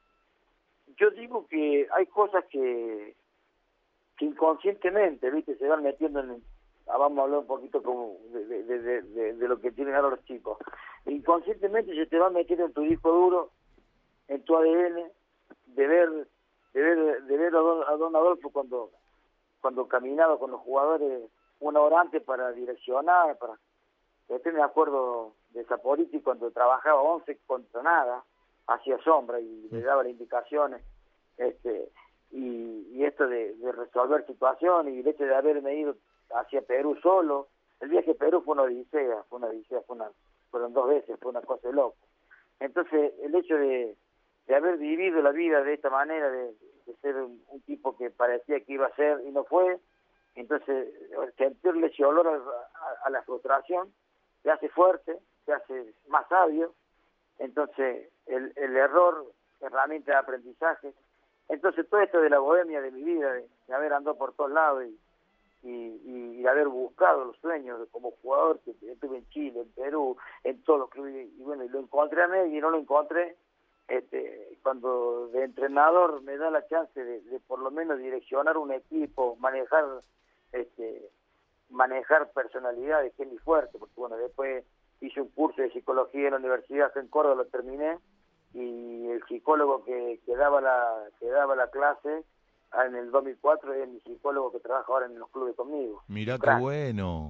Yo digo que hay cosas que, que inconscientemente, viste, se van metiendo en, ah, vamos a hablar un poquito como de, de, de, de, de lo que tienen ahora los chicos. Inconscientemente se te van metiendo en tu disco duro, en tu A D N, de ver, de ver, de ver a, don, a don Adolfo cuando, cuando caminaba con los jugadores una hora antes para direccionar, para... Este me acuerdo de Saporiti cuando trabajaba once contra nada, hacía sombra y le daba las indicaciones, este y, y esto de, de resolver situaciones y el hecho de haberme ido hacia Perú solo. El viaje a Perú fue una odisea, fue una odisea, fue una, fueron dos veces, fue una cosa de loco. Entonces el hecho de, de haber vivido la vida de esta manera, de, de ser un, un tipo que parecía que iba a ser y no fue, entonces sentirle ese olor a, a, a la frustración te hace fuerte, te hace más sabio. Entonces el, el error, herramienta de aprendizaje. Entonces todo esto de la bohemia de mi vida, de, de haber andado por todos lados y, y, y haber buscado los sueños de, como jugador, que estuve en Chile, en Perú, en todos los clubes, y bueno, y lo encontré a mí y no lo encontré, este, cuando de entrenador me da la chance de, de por lo menos direccionar un equipo, manejar este manejar personalidades, que es mi fuerte, porque bueno, después hice un curso de psicología en la universidad acá en Córdoba, lo terminé, y el psicólogo que, que daba la que daba la clase en el dos mil cuatro es mi psicólogo que trabaja ahora en los clubes conmigo. Mirá qué Crack. bueno.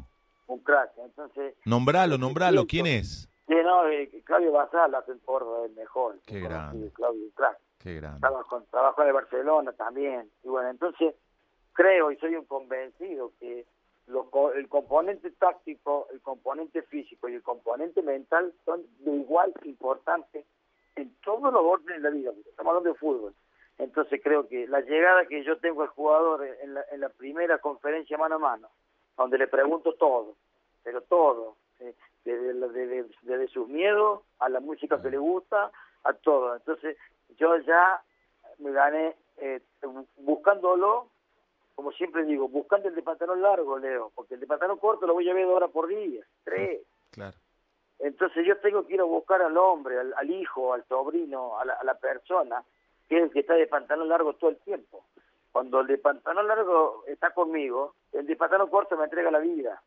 un crack. Entonces, Nombralo, nombralo, siento, ¿quién es? Sí, no, eh, Claudio Basal hace en Córdoba, el mejor. Qué el grande. Claudio, un crack. Qué grande. Trabajó, trabajó en el Barcelona también. Y bueno, entonces creo y soy un convencido que lo, el componente táctico, el componente físico y el componente mental son de igual importancia en todos los órdenes de la vida, porque estamos hablando de fútbol. Entonces creo que la llegada que yo tengo al jugador en la, en la primera conferencia mano a mano, donde le pregunto todo, pero todo, eh, desde, desde, desde sus miedos a la música que le gusta, a todo. Entonces yo ya me gané eh, buscándolo, como siempre digo, buscando el de pantalón largo, Leo, porque el de pantalón corto lo voy a ver dos horas por día, tres. Claro. Entonces yo tengo que ir a buscar al hombre, al, al hijo, al sobrino, a la, a la persona, que es el que está de pantalón largo todo el tiempo. Cuando el de pantalón largo está conmigo, el de pantalón corto me entrega la vida.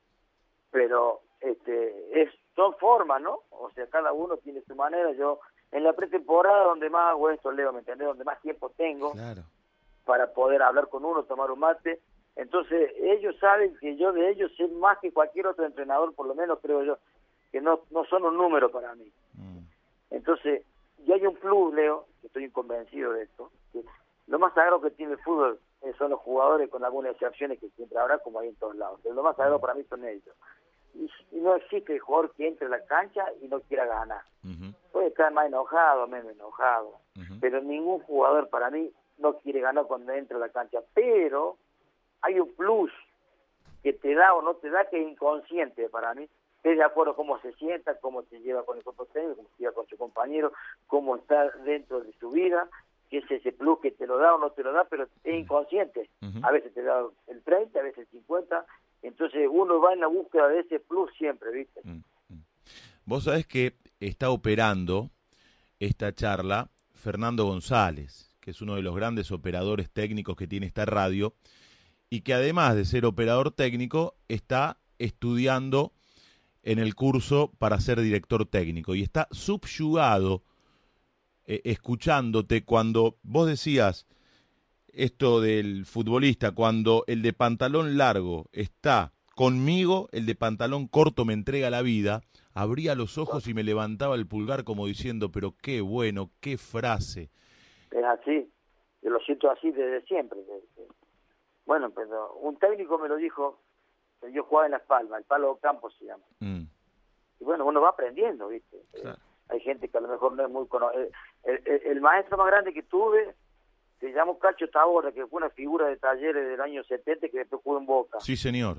Pero este es son formas, ¿no? O sea, cada uno tiene su manera. Yo en la pretemporada donde más hago esto, Leo, ¿me entendés? Donde más tiempo tengo Claro. para poder hablar con uno, tomar un mate. Entonces ellos saben que yo de ellos sé más que cualquier otro entrenador, por lo menos creo yo, que no no son un número para mí. Mm. Entonces, y hay un plus, Leo, que estoy convencido de esto, que lo más sagrado que tiene el fútbol eh, son los jugadores, con algunas excepciones que siempre habrá, como hay en todos lados. Pero lo más sagrado para mí son ellos. Y, y no existe el jugador que entre a la cancha y no quiera ganar. Uh-huh. Puede estar más enojado, menos enojado, uh-huh. pero ningún jugador para mí no quiere ganar cuando entra a la cancha. Pero hay un plus que te da o no te da, que es inconsciente para mí, que es de acuerdo a cómo se sienta, cómo se lleva con el cuerpo técnico, cómo se lleva con su compañero, cómo está dentro de su vida, que es ese plus que te lo da o no te lo da, pero es inconsciente. Uh-huh. A veces te da el treinta, a veces el cincuenta. Entonces uno va en la búsqueda de ese plus siempre, ¿viste? Uh-huh. Vos sabés que está operando esta charla Fernando González, que es uno de los grandes operadores técnicos que tiene esta radio, y que además de ser operador técnico, está estudiando en el curso para ser director técnico, y está subyugado eh, escuchándote cuando vos decías esto del futbolista, cuando el de pantalón largo está conmigo, el de pantalón corto me entrega la vida. Abría los ojos y me levantaba el pulgar como diciendo, pero qué bueno, qué frase. Es así, yo lo siento así desde siempre. Desde... Bueno, pero un técnico me lo dijo, yo jugaba en Las Palmas, el Palo Campo se llama. Mm. Y bueno, uno va aprendiendo, ¿viste? Claro. Eh, hay gente que a lo mejor no es muy conocido. El, el, el maestro más grande que tuve se llamó Cacho Taborda, que fue una figura de Talleres del año setenta, que después jugó en Boca. Sí, señor.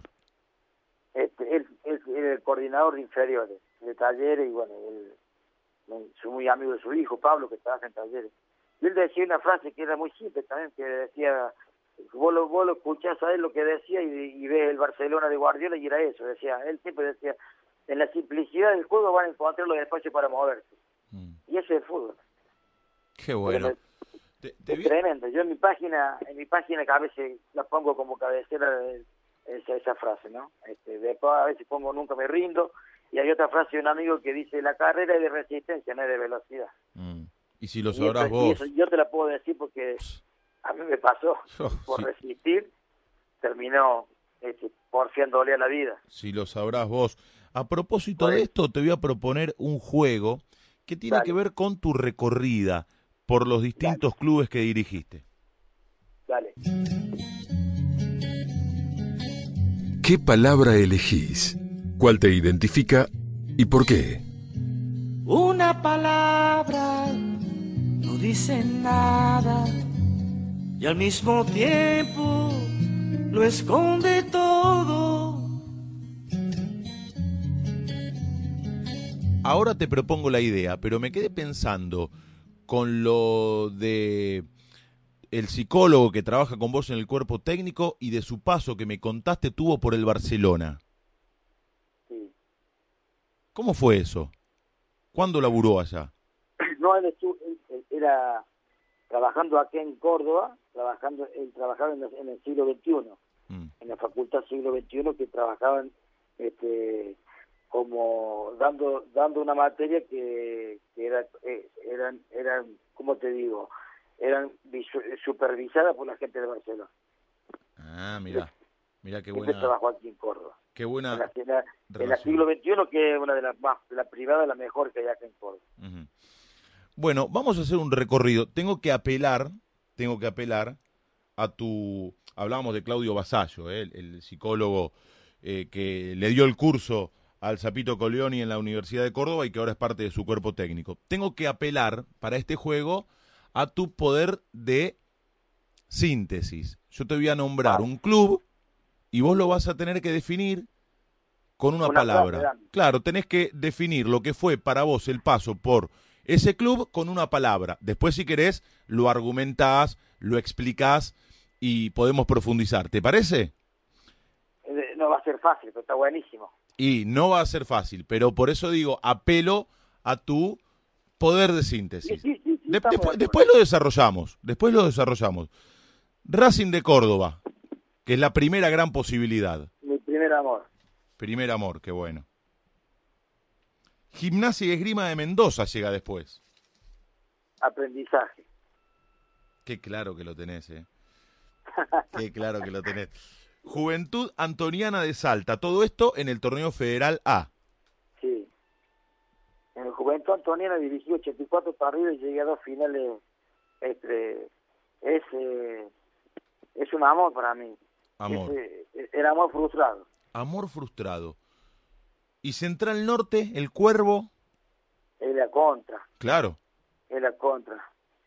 Este, él es el, el coordinador de inferiores de Talleres, y bueno, él, soy muy amigo de su hijo, Pablo, que trabaja en Talleres. Y él decía una frase que era muy simple también, que decía, vos lo, vos lo escuchás a él lo que decía y, y ves el Barcelona de Guardiola, y era eso, decía, él siempre decía, en la simplicidad del juego van a encontrar los espacios para moverse. Mm. Y ese es el fútbol. Qué bueno. Me, te, te es tremendo. Yo en mi página, en mi página que a veces la pongo como cabecera de esa, esa frase, ¿no? Este, después a veces pongo nunca me rindo, y hay otra frase de un amigo que dice, la carrera es de resistencia, no es de velocidad. Mm. Y si lo sabrás y eso, vos. Y eso yo te la puedo decir porque a mí me pasó, oh, por sí. resistir, terminó este, porfiándole a la vida. Si lo sabrás vos. A propósito bueno. de esto, te voy a proponer un juego que tiene Dale. que ver con tu recorrida por los distintos Dale. clubes que dirigiste. Dale. ¿Qué palabra elegís? ¿Cuál te identifica y por qué? Una palabra no dice nada y al mismo tiempo lo esconde todo. Ahora te propongo la idea, pero me quedé pensando con lo de el psicólogo que trabaja con vos en el cuerpo técnico y de su paso que me contaste tuvo por el Barcelona. Sí. ¿Cómo fue eso? ¿Cuándo laburó allá? No, él, estuvo, él era trabajando aquí en Córdoba, trabajando, él trabajaba en, en el siglo veintiuno, mm. en la facultad siglo veintiuno, que trabajaban este, como dando dando una materia que, que era eh, eran eran ¿cómo te digo? Eran supervisadas por la gente de Barcelona. Ah, mira, mira qué buena. Trabajó aquí en Córdoba. Qué buena en la, en la, en la relación. siglo veintiuno, que es una de las más, la privada, la mejor que hay acá en Córdoba. Ujú. Bueno, vamos a hacer un recorrido. Tengo que apelar, tengo que apelar a tu... Hablábamos de Claudio Basallo, ¿eh? el, el psicólogo eh, que le dio el curso al Zapito Coleoni en la Universidad de Córdoba y que ahora es parte de su cuerpo técnico. Tengo que apelar para este juego a tu poder de síntesis. Yo te voy a nombrar Vale. un club y vos lo vas a tener que definir con una, Una palabra. frase, dame. Claro, tenés que definir lo que fue para vos el paso por ese club con una palabra. Después, si querés, lo argumentás, lo explicás y podemos profundizar. ¿Te parece? Eh, No va a ser fácil, pero está buenísimo. Y no va a ser fácil, pero por eso digo, apelo a tu poder de Sí, síntesis. sí, sí, sí, De- estamos después, de después acuerdo. lo desarrollamos, después lo desarrollamos. Racing de Córdoba, que es la primera gran posibilidad. Mi primer amor. Primer amor, qué bueno. Gimnasia y Esgrima de Mendoza llega después. Aprendizaje. Qué claro que lo tenés, eh. Qué claro que lo tenés. Juventud Antoniana de Salta, todo esto en el torneo federal A. Sí. En el Juventud Antoniana dirigí ochenta y cuatro partidos y llegué a dos finales. Este, es, eh, es un amor para mí. Amor. Es, eh, el amor frustrado. Amor frustrado. Y Central Norte, el Cuervo. Es la contra. Claro. Es la contra.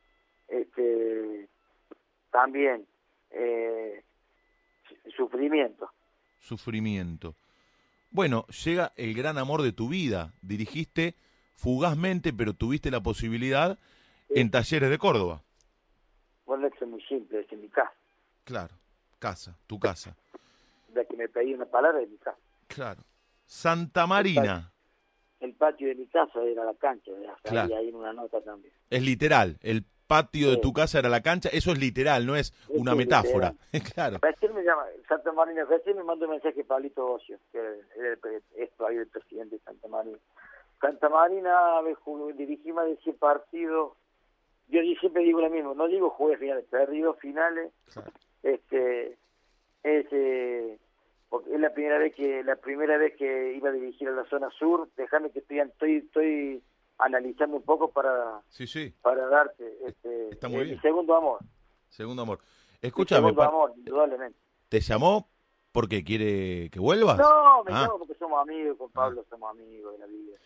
Este, también eh, sufrimiento. Sufrimiento. Bueno, llega el gran amor de tu vida. Dirigiste fugazmente, pero tuviste la posibilidad Sí. en Talleres de Córdoba. Bueno, eso es muy simple, es en mi casa. Claro. Casa, tu casa. De que me pedí una palabra de mi casa. Claro. Santa Marina. El patio de mi casa era la cancha, ya Claro. salía ahí en una nota también. Es literal. El patio de Sí. tu casa era la cancha. Eso es literal, no es una es metáfora. Claro. Recién me llama, Santa Marina, recién me mandó un mensaje Pablito Ocio, que era el, pre- es todavía el presidente de Santa Marina. Santa Marina, me jugó- dirigí más de cien partidos. Yo di- siempre digo lo mismo, no digo jugué finales, perdí dos finales. Claro. Este, es, eh, porque es la primera vez que la primera vez que iba a dirigir a la zona sur. Déjame que estoy estoy, estoy analizando un poco para Sí, sí. para darte. Este, Está muy es bien. mi segundo amor. Segundo amor. Mi Escúchame, segundo pa- amor, indudablemente. ¿te llamó porque quiere que vuelvas? No, me Ah. llamo porque somos amigos, con Pablo somos amigos de la vida.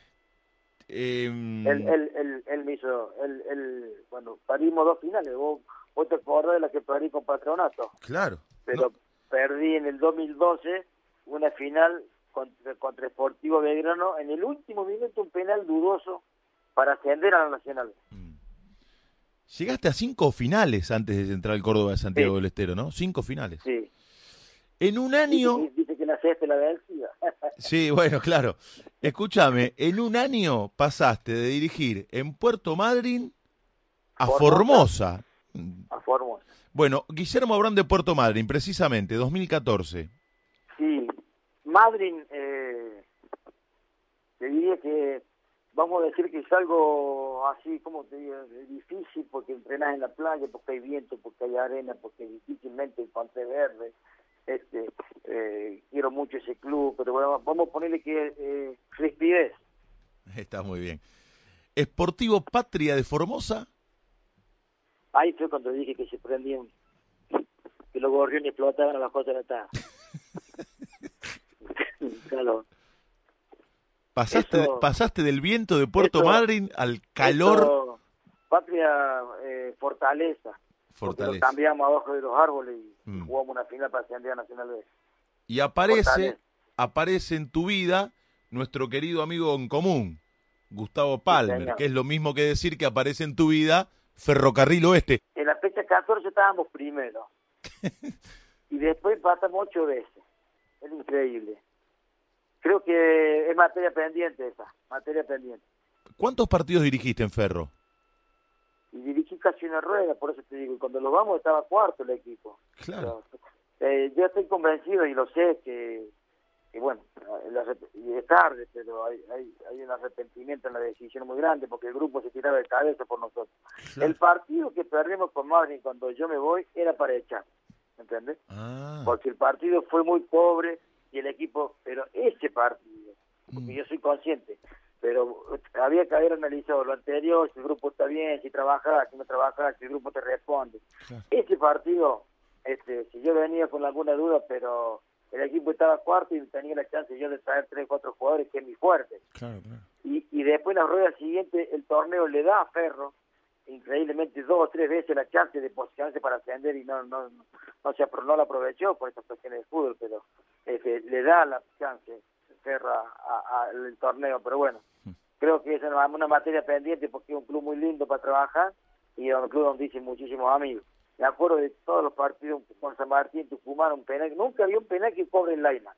Em, Él, él, él, él me hizo, él, él, bueno, perdimos dos finales, vos, vos te acordás de la que perdí con Patronato, Claro. pero No, perdí en el dos mil doce una final contra, contra Sportivo Belgrano, en el último minuto un penal dudoso para ascender a la Nacional. mm. Llegaste a cinco finales antes de Central Córdoba de Santiago Sí. del Estero, ¿no? Cinco finales. Sí. En un Dice, año... que- dice que la cesta la vencida. Sí, bueno, claro. Escúchame, en un año pasaste de dirigir en Puerto Madryn a Formosa. Formosa. A Formosa. Bueno, Guillermo Abrán de Puerto Madryn, precisamente, dos mil catorce. Sí, Madryn, eh, te diría que, vamos a decir que es algo así, como te digo, difícil, porque entrenás en la playa, porque hay viento, porque hay arena, porque difícilmente encontré verde. Este, eh, quiero mucho ese club, pero bueno, vamos a ponerle que eh, rispidez. Está muy bien. Sportivo Patria de Formosa. Ahí fue cuando dije que se prendían, que los gorriones explotaban a las cuatro de la tarde. Claro. Pasaste, Eso- pasaste del viento de Puerto eso- Madryn al calor. Esto, Patria, eh, Fortaleza. Porque lo Fortaleza. cambiamos abajo de los árboles y Mm. jugamos una final para ascender a Nacional B. Y aparece, Fortaleza. aparece en tu vida nuestro querido amigo en común, Gustavo Palmer, señor. que es lo mismo que decir que aparece en tu vida Ferrocarril Oeste. En la fecha catorce estábamos primero. Y después pasamos ocho veces. Es increíble. Creo que es materia pendiente esa, materia pendiente. ¿Cuántos partidos dirigiste en Ferro? Y dirigí casi una rueda, por eso te digo, y cuando lo vamos estaba cuarto el equipo. Claro. Eh, yo estoy convencido y lo sé que, que bueno, el arrep- y es tarde, pero hay, hay, hay un arrepentimiento en la decisión muy grande porque el grupo se tiraba de cabeza por nosotros. Claro. El partido que perdimos con Madrid cuando yo me voy era para echar, ¿me ¿entendés? Ah, Porque el partido fue muy pobre y el equipo, pero ese partido, porque mm. yo soy consciente, pero había que haber analizado lo anterior, si el grupo está bien, si trabaja, si no trabaja, si el grupo te responde. Claro. Ese partido, este, si yo venía con alguna duda, pero el equipo estaba cuarto y tenía la chance yo de traer tres, cuatro jugadores, que es mi fuerte. Claro, claro. Y, y después la rueda siguiente, el torneo le da a Ferro, increíblemente dos o tres veces la chance de posicionarse para ascender y no no no, no se no la aprovechó por estas cuestiones de fútbol, pero este, le da la chance Ferro al torneo, pero bueno, creo que es una, una materia pendiente porque es un club muy lindo para trabajar y es un club donde dicen muchísimos amigos. Me acuerdo de todos los partidos con San Martín, Tucumán, un penal, nunca había un penal que cobre el Lyman.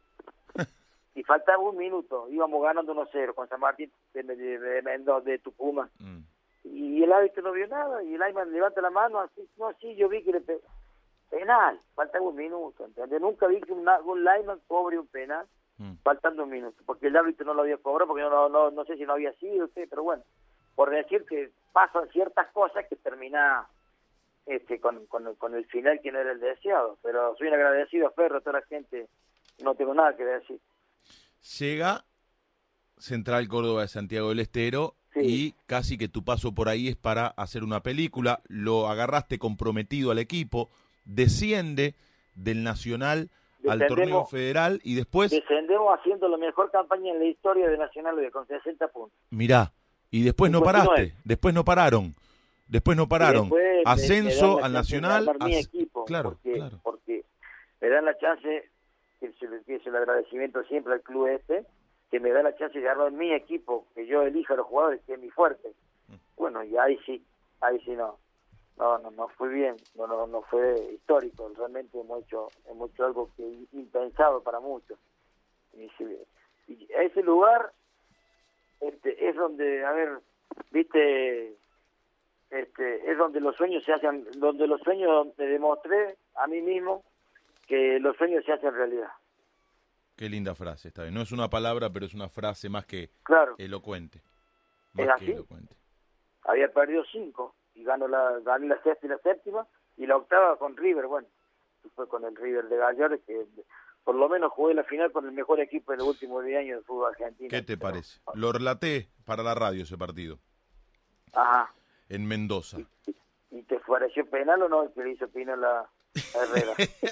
Y faltaba un minuto, íbamos ganando uno cero con San Martín de, de, de, de, de Tucumán. Mm. Y el árbitro no vio nada, y el Ayman levanta la mano, así, no, sí, yo vi que le pe... penal, faltaba un minuto, ¿entendés? Nunca vi que un, un lineman cobre un penal, mm. faltando un minuto, porque el árbitro no lo había cobrado, porque no, no, no, no sé si no había sido, ¿sí? Pero bueno, por decir que pasan ciertas cosas que termina este con, con, con el final que no era el deseado, pero soy un agradecido a Ferro, a toda la gente, no tengo nada que decir. Llega Central Córdoba de Santiago del Estero, sí. Y casi que tu paso por ahí es para hacer una película, lo agarraste comprometido al equipo, desciende del Nacional descendemos, al torneo federal y después... Descendemos haciendo la mejor campaña en la historia de Nacional con sesenta puntos. Mirá, y después no paraste, después no pararon, después no pararon. Después Ascenso me, me al Nacional... Mi equipo, claro, porque, claro. porque me dan la chance, que es el agradecimiento siempre al club este, que me da la chance de armar mi equipo, que yo elija a los jugadores, que es mi fuerte. Bueno, y ahí sí, ahí sí no, no, no, no fue bien, no, no, no fue histórico, realmente hemos hecho, hemos hecho algo que impensado para muchos. Y, y ese lugar, este, es donde, a ver, viste, este, es donde los sueños se hacen, donde los sueños me demostré a mí mismo que los sueños se hacen realidad. Qué linda frase, está bien. No es una palabra, pero es una frase más que claro. elocuente. Más es así. que elocuente. Había perdido cinco y ganó la, gané la sexta y la séptima y la octava con River. Bueno, fue con el River de Gallardo, que por lo menos jugué la final con el mejor equipo en los últimos diez años del fútbol argentino. ¿Qué te pero, parece? Lo relaté para la radio ese partido. Ajá. En Mendoza. ¿Y, y te pareció penal o no el que le hizo penal a, a Herrera?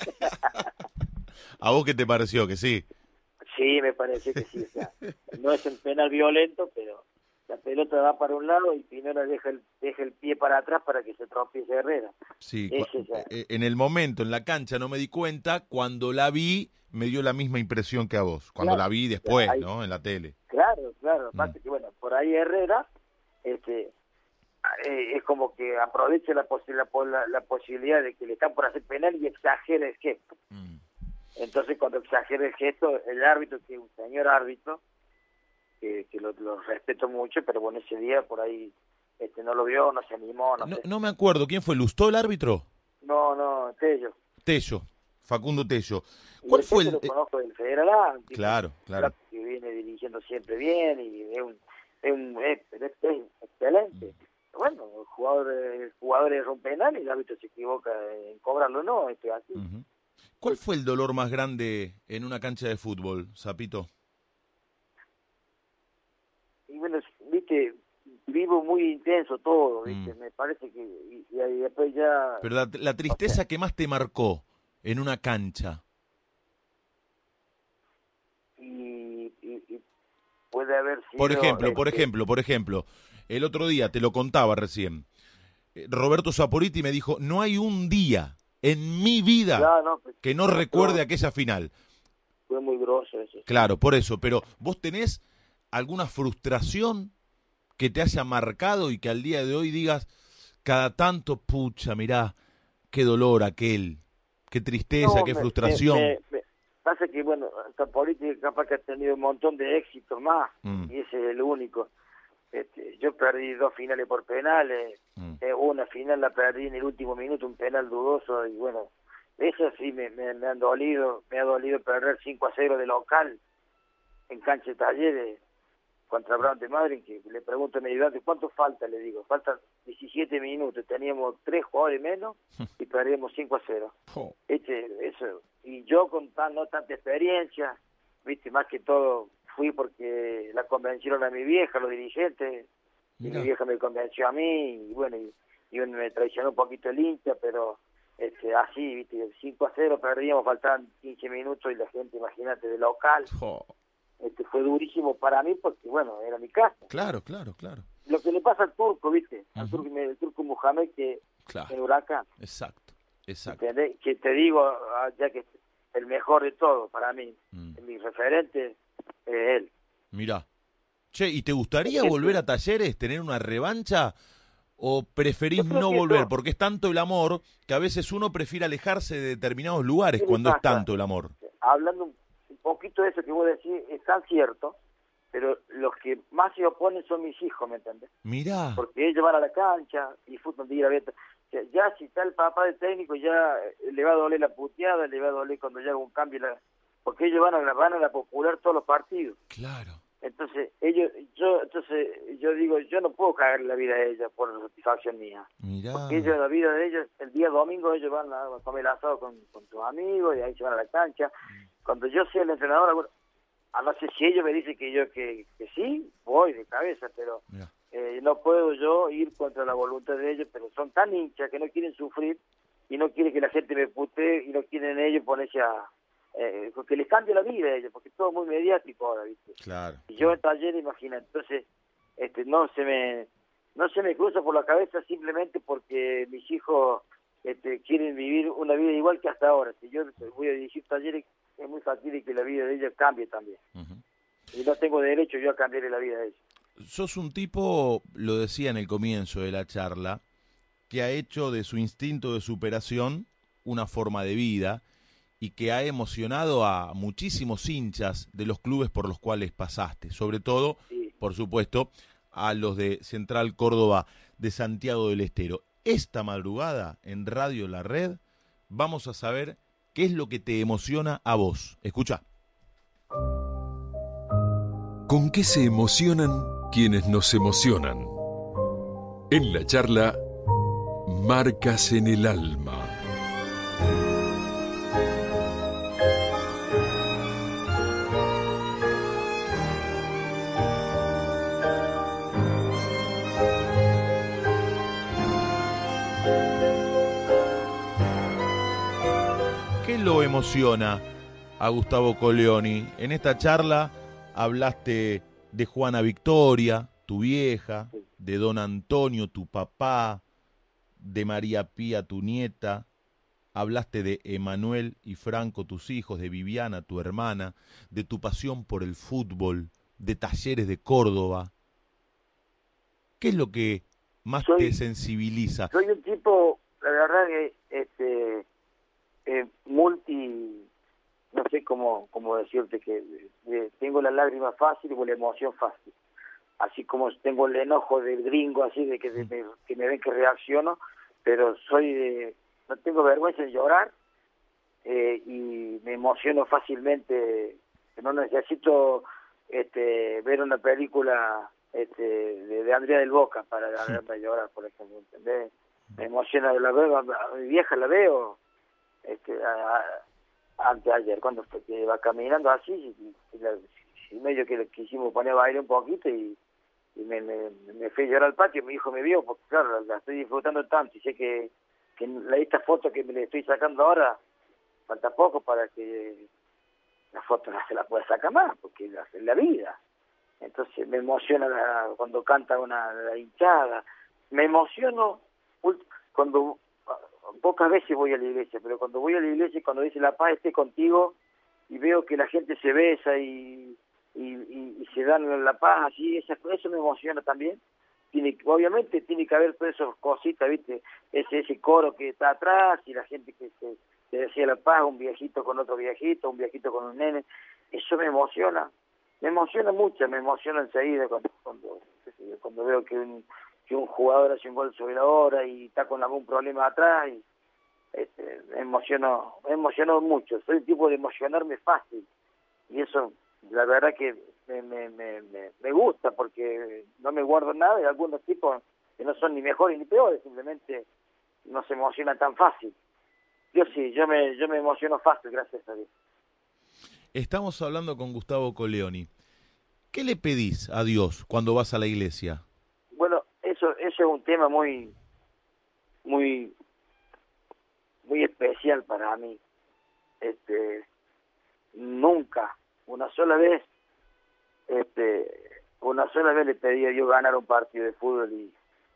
¿A vos qué te pareció? ¿Que sí? Sí, me parece que sí. O sea, no es un penal violento, pero la pelota va para un lado y Pinora deja el, deja el pie para atrás para que se tropiece Herrera. Sí, en el momento, en la cancha, no me di cuenta. Cuando la vi, me dio la misma impresión que a vos. Cuando claro, la vi después, ahí, ¿no? En la tele. Claro, claro. Aparte mm. que, bueno, por ahí Herrera este, eh, es como que aprovecha la, posi la, la, la posibilidad de que le están por hacer penal y exagera el gesto. Mm. Entonces, cuando exagera el gesto, el árbitro, que es un señor árbitro, que, que lo, lo respeto mucho, pero bueno, ese día por ahí este no lo vio, no se animó. No, no, sé. no me acuerdo, ¿quién fue? ¿Lustó el árbitro? No, no, Tello. Tello, Facundo Tello. ¿Cuál fue el...? Lo conozco del Federal, claro, claro. Que viene dirigiendo siempre bien y es un... Es, un, es, es, es excelente. Mm. Bueno, el jugador, el jugador es un penal y el árbitro se equivoca en cobrarlo, no, esto es así. Uh-huh. ¿Cuál fue el dolor más grande en una cancha de fútbol, Zapito? Y bueno, viste, vivo muy intenso todo, viste, mm. me parece que... Y, y después ya... Pero la, la tristeza okay. que más te marcó en una cancha. Y, y, y puede haber sido... Por ejemplo, este... por ejemplo, por ejemplo, el otro día, te lo contaba recién, Roberto Saporiti me dijo, no hay un día... en mi vida no, no, pues, que no recuerde aquella final. Fue muy grosso eso. Claro, por eso. Pero ¿vos tenés alguna frustración que te haya marcado y que al día de hoy digas, cada tanto, pucha, mirá, qué dolor aquel, qué tristeza, no, qué me, frustración? Me, me, me pasa que, bueno, esta política capaz que ha tenido un montón de éxitos más, mm. y ese es el único. Este, yo perdí dos finales por penales, mm. eh, una final la perdí en el último minuto, un penal dudoso, y bueno, eso sí me, me, me han dolido, me ha dolido perder cinco a cero de local en cancha de Talleres contra Brown de Madrid, que le pregunto a mi ayudante, ¿cuánto falta? Le digo, faltan diecisiete minutos, teníamos tres jugadores menos y perdimos cinco a cero. Oh. Este, es, eso, y yo con tan, no tanta experiencia, viste, más que todo fui porque la convencieron a mi vieja, los dirigentes, y mi vieja me convenció a mí, y bueno, y, y bueno, me traicionó un poquito el hincha, pero este, así, viste, cinco a cero perdíamos, faltaban quince minutos, y la gente, imagínate, de local, Oh. este, fue durísimo para mí, porque bueno, era mi casa. Claro, claro, claro. Lo que le pasa al turco, viste, al Uh-huh. turco, el turco Mohamed, que Claro. en Huracán, Exacto, exacto. ¿entendés? Que te digo, ah, ya que el mejor de todo para mí, Mm. mi referente es él. Mirá. Che, ¿y te gustaría Este- volver a Talleres, tener una revancha? ¿O preferís Yo creo no que volver? no. Porque es tanto el amor que a veces uno prefiere alejarse de determinados lugares ¿Qué le cuando es pasa? tanto el amor. Hablando un un poquito de eso que vos decís, es tan cierto, pero los que más se oponen son mis hijos, ¿me entendés? Mirá. Porque ellos van a la cancha, disfrutan de ir a ver. O sea, ya si está el papá del técnico, ya eh, le va a doler la puteada, le va a doler cuando ya haga un cambio, la... porque ellos van a, la, van a la popular todos los partidos. Claro. Entonces, ellos, yo, entonces, yo digo, yo no puedo cagar la vida de ellos por satisfacción mía. Mirá. Porque ellos, la vida de ellos, el día domingo ellos van a comer asado con, con sus amigos y ahí se van a la cancha. Cuando yo sea el entrenador, bueno, a no sé si ellos me dicen que yo que, que sí, voy de cabeza, pero Mirá. eh, no puedo yo ir contra la voluntad de ellos, pero son tan hinchas que no quieren sufrir y no quieren que la gente me putee y no quieren ellos ponerse a... Eh, que les cambie la vida a ellos, porque es todo muy mediático ahora, ¿viste? Claro. Y yo en taller, imagina, entonces este, no se me no se me cruza por la cabeza simplemente porque mis hijos este, quieren vivir una vida igual que hasta ahora. Si yo voy a dirigir talleres, es muy fácil que la vida de ellos cambie también. Uh-huh. Y no tengo derecho yo a cambiarle la vida de ellos. Sos un tipo, lo decía en el comienzo de la charla, que ha hecho de su instinto de superación una forma de vida y que ha emocionado a muchísimos hinchas de los clubes por los cuales pasaste, sobre todo, Sí. por supuesto, a los de Central Córdoba de Santiago del Estero. Esta madrugada en Radio La Red vamos a saber qué es lo que te emociona a vos. Escucha. ¿Con qué se emocionan quienes nos emocionan? En la charla, Marcas en el Alma. ¿Qué lo emociona a Gustavo Coleoni? En esta charla hablaste de Juana Victoria, tu vieja, de Don Antonio, tu papá, de María Pía, tu nieta, hablaste de Emanuel y Franco, tus hijos, de Viviana, tu hermana, de tu pasión por el fútbol, de Talleres de Córdoba. ¿Qué es lo que más Soy- te sensibiliza? Soy un tipo, la verdad que este eh, multi, no sé cómo, cómo decirte, que eh, tengo la lágrima fácil o la emoción fácil. Así como tengo el enojo del gringo, así de que, de- de- que me ven que reacciono, pero soy de, no tengo vergüenza en llorar eh, y me emociono fácilmente. No necesito este, ver una película este, de, de Andrea del Boca para verme llorar, por ejemplo, ¿entendés? Me emociona, la veo, a mi vieja la veo este, a, a, antes de ayer, cuando fue, que iba caminando así, y, y la, y medio que le quisimos poner a bailar un poquito y, y me, me, me fui a llorar al patio. Mi hijo me vio, porque claro, la, la estoy disfrutando tanto y sé que, que la, esta foto que me le estoy sacando ahora, falta poco para que la foto no se la pueda sacar más, porque es la vida. Entonces me emociona la, cuando canta una la hinchada, me emociono cuando, pocas veces voy a la iglesia, pero cuando voy a la iglesia, cuando dice la paz esté contigo, y veo que la gente se besa y, y, y, y se dan la paz, así, esa, eso me emociona también. Tiene, obviamente tiene que haber todas esas cositas, ¿viste? Ese, ese coro que está atrás y la gente que se, que decía la paz, un viejito con otro viejito, un viejito con un nene, eso me emociona. Me emociona mucho, me emociona enseguida cuando cuando, cuando veo que un, que un jugador hace un gol sobre la hora y está con algún problema atrás. Y, este, me emociono, me emociono mucho. Soy un tipo de emocionarme fácil y eso, la verdad que me, me, me, me, me gusta porque no me guardo nada. Y algunos tipos que no son ni mejores ni peores, simplemente no se emocionan tan fácil. yo sí, yo me, yo me emociono fácil, gracias a Dios. Estamos hablando con Gustavo Coleoni. ¿Qué le pedís a Dios cuando vas a la iglesia? Bueno, eso, eso es un tema muy, muy, muy especial para mí. Este, nunca, una sola vez, este, una sola vez le pedí a Dios ganar un partido de fútbol y,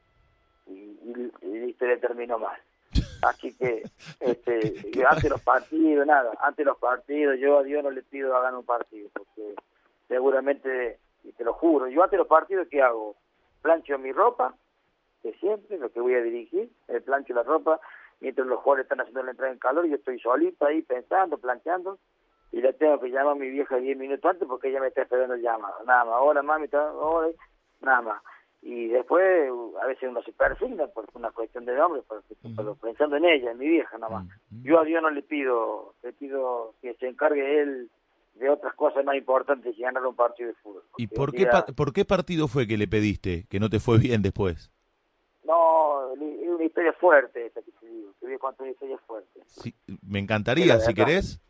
y, y, y la historia terminó mal. Así que, este, yo antes de los partidos, nada, antes de los partidos, yo a Dios no le pido a ganar un partido, porque seguramente, y te lo juro, yo antes de los partidos, ¿qué hago? Plancho mi ropa, que siempre, lo que voy a dirigir, el plancho la ropa, mientras los jugadores están haciendo la entrada en calor, yo estoy solito ahí pensando, planchando, y le tengo que llamar a mi vieja diez minutos antes porque ella me está esperando el llamado, nada más, hola mami, hola, nada más. Y después, a veces uno se persigna por una cuestión de nombre, pero, uh-huh. pero pensando en ella, en mi vieja nada más. Uh-huh. Yo a Dios no le pido, le pido que se encargue él de otras cosas más importantes que ganar un partido de fútbol. ¿Y por qué, día... por qué partido fue que le pediste, que no te fue bien después? No, es una historia fuerte esta que te digo, te voy a contar una historia fuerte. Sí, me encantaría, si querés.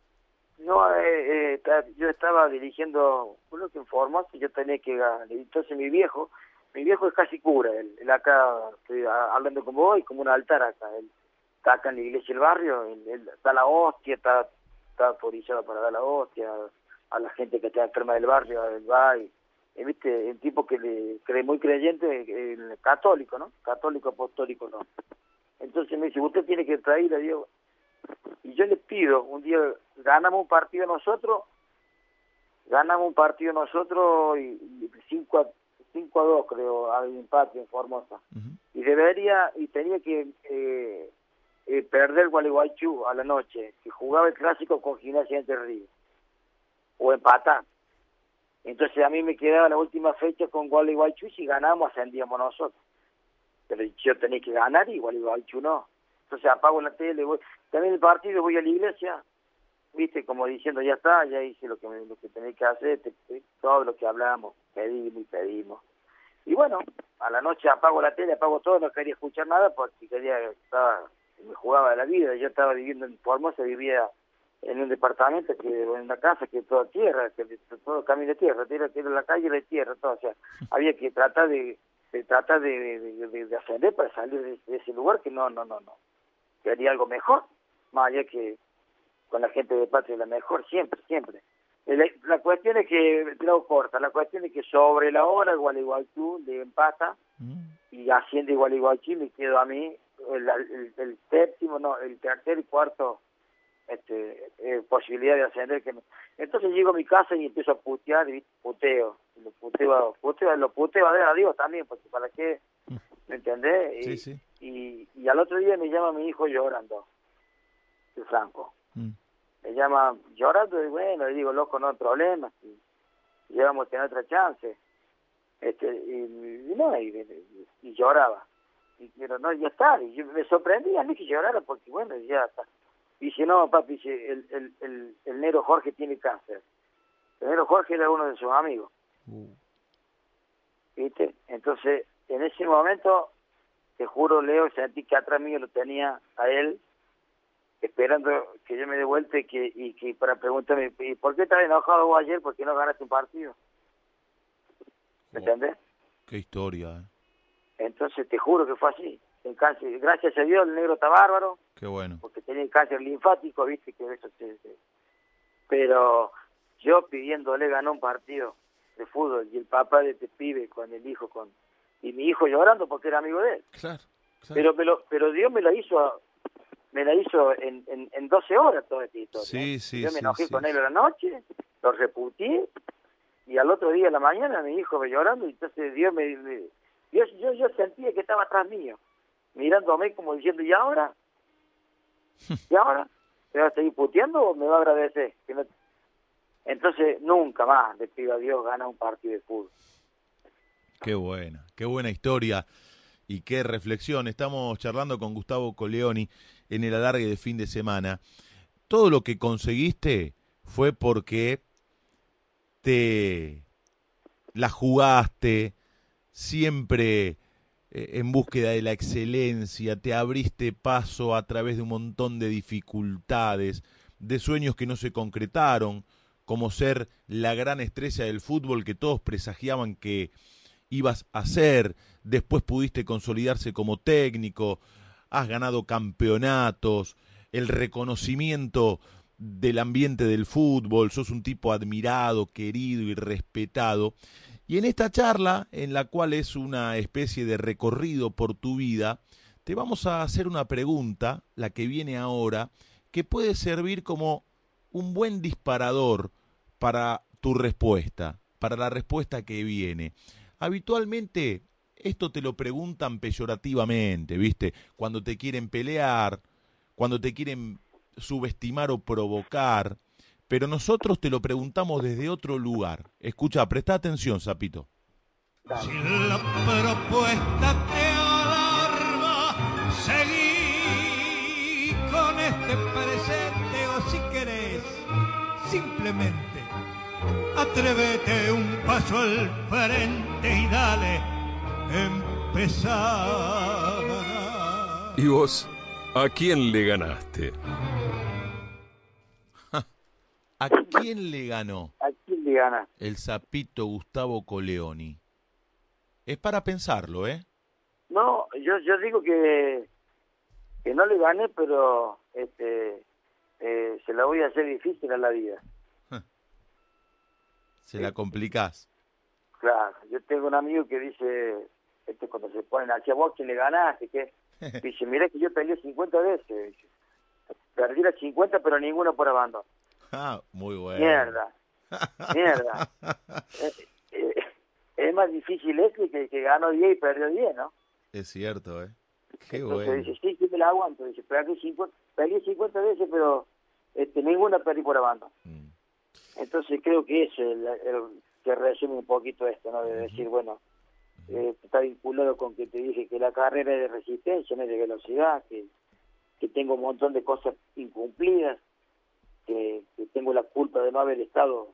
No, eh, eh, yo estaba dirigiendo, uno que en Formosa, yo tenía que ganar, entonces mi viejo, mi viejo es casi cura, él, él acá, estoy hablando con vos, y como un altar acá, él está acá en la iglesia del barrio, él, él da la hostia, está, está autorizado para dar la hostia a la gente que está enferma del barrio, él va y, y viste, el tipo que le cree muy creyente, el católico, ¿no? Católico apostólico, ¿no? Entonces me dice, usted tiene que traer a Dios. Y yo le pido, un día ganamos un partido nosotros, ganamos un partido nosotros y cinco a dos creo, hay empate en Formosa. Uh-huh. Y debería, y tenía que eh, eh, perder Gualeguaychú a la noche, que jugaba el clásico con Gimnasia Entre Ríos, o empatar. Entonces a mí me quedaba la última fecha con Gualeguaychú y si ganamos ascendíamos nosotros. Pero yo tenía que ganar y Gualeguaychú no. Entonces apago la tele, voy, también el partido, voy a la iglesia, viste, como diciendo, ya está, ya hice lo que me, lo que tenía que hacer, te, te, todo lo que hablamos, pedimos y pedimos. Y bueno, a la noche apago la tele, apago todo, no quería escuchar nada porque quería, estaba, me jugaba de la vida, yo estaba viviendo en Formosa, vivía en un departamento, que en una casa que toda tierra, que todo camino de tierra, tierra, tierra, la calle de tierra, todo, o sea, había que tratar de, de tratar de, de, de, de ascender para salir de, de ese lugar que no, no, no, no. Quería algo mejor, más allá que con la gente de Patria la mejor, siempre, siempre. La, la cuestión es que, te lo corta, la cuestión es que sobre la hora Gualeguaychú le empata mm. y asciende Gualeguaychú y me quedo a mí el, el, el séptimo, no, el tercer y cuarto este, eh, posibilidad de ascender. Que me... Entonces llego a mi casa y empiezo a putear y puteo, lo puteo, puteo, lo puteo a Dios también, porque para qué, ¿me entendés? Sí, y, sí. Y, y al otro día me llama mi hijo llorando, de Franco. Mm. Me llama llorando y bueno, le digo, loco, no hay problema, si llegamos a tener otra chance. Este, y, y no, y, y, y lloraba. Y pero no, ya está, y yo, me sorprendía a mí que llorara porque bueno, ya está. Y dice, no, papi, dice, el, el, el, el negro Jorge tiene cáncer. El negro Jorge era uno de sus amigos. Uh. ¿Viste? Entonces, en ese momento, te juro, Leo, sentí que atrás mío lo tenía a él, esperando que yo me dé vuelta y que, y que para preguntarme, ¿y por qué estás enojado vos ayer? ¿Por qué no ganaste un partido? ¿Me oh, entendés? Qué historia, ¿eh? Entonces, te juro que fue así. El cáncer, gracias a Dios, el negro está bárbaro. Qué bueno. Porque tenía el cáncer linfático, viste, que eso se, se... Pero yo pidiéndole ganar un partido de fútbol y el papá de este pibe con el hijo, con y mi hijo llorando porque era amigo de él. Claro, claro. Pero, me lo, pero Dios me la hizo... me la hizo en, en, en doce horas toda esta historia. Sí, sí, yo me enojé sí, con sí. él a la noche, lo reputí, y al otro día a la mañana mi hijo me llorando, y entonces Dios me... me Dios, yo, yo sentía que estaba atrás mío, mirándome como diciendo, ¿y ahora? ¿Y ahora? ¿Me va a seguir puteando o me va a agradecer? Que no... Entonces nunca más le pido a Dios ganar un partido de fútbol. Qué buena, qué buena historia. Y qué reflexión. Estamos charlando con Gustavo Coleoni en el alargue de fin de semana. Todo lo que conseguiste fue porque te la jugaste, siempre eh, en búsqueda de la excelencia, te abriste paso a través de un montón de dificultades, de sueños que no se concretaron, como ser la gran estrella del fútbol que todos presagiaban que ibas a ser. Después pudiste consolidarse como técnico, has ganado campeonatos, el reconocimiento del ambiente del fútbol, sos un tipo admirado, querido y respetado. Y en esta charla, en la cual es una especie de recorrido por tu vida, te vamos a hacer una pregunta, la que viene ahora, que puede servir como un buen disparador para tu respuesta, para la respuesta que viene. Habitualmente esto te lo preguntan peyorativamente, ¿viste? Cuando te quieren pelear, cuando te quieren subestimar o provocar, pero nosotros te lo preguntamos desde otro lugar. Escucha, presta atención, Sapito. Si la propuesta te alarma, seguí con este presente, o si querés, simplemente atrévete un paso al frente y dale, empezar. ¿Y vos, a quién le ganaste? ¿A quién le ganó? ¿A quién le gana? El Sapito Gustavo Coleoni. Es para pensarlo, ¿eh? No, yo yo digo que que no le gané, pero este eh, se la voy a hacer difícil a la vida. Se la complicás. Claro, yo tengo un amigo que dice, este cuando se ponen hacia vos, ¿quién le ganaste? ¿Qué? Dice, mirá que yo peleé cincuenta veces. Dice, perdí las cincuenta, pero ninguna por abandono. Ah, muy bueno. Mierda, mierda. eh, eh, es más difícil este que, que ganó diez y perdió diez, ¿no? Es cierto, ¿eh? Qué Entonces bueno. dice, sí, sí me la aguanto. Dice, perdí cincuenta, perdí cincuenta veces, pero este, ninguna perdí por abandono. Mm. Entonces creo que eso es el, el que resume un poquito esto, ¿no? De decir, bueno, eh, está vinculado con que te dije que la carrera es de resistencia, no es de velocidad, que, que tengo un montón de cosas incumplidas, que, que tengo la culpa de no haber estado,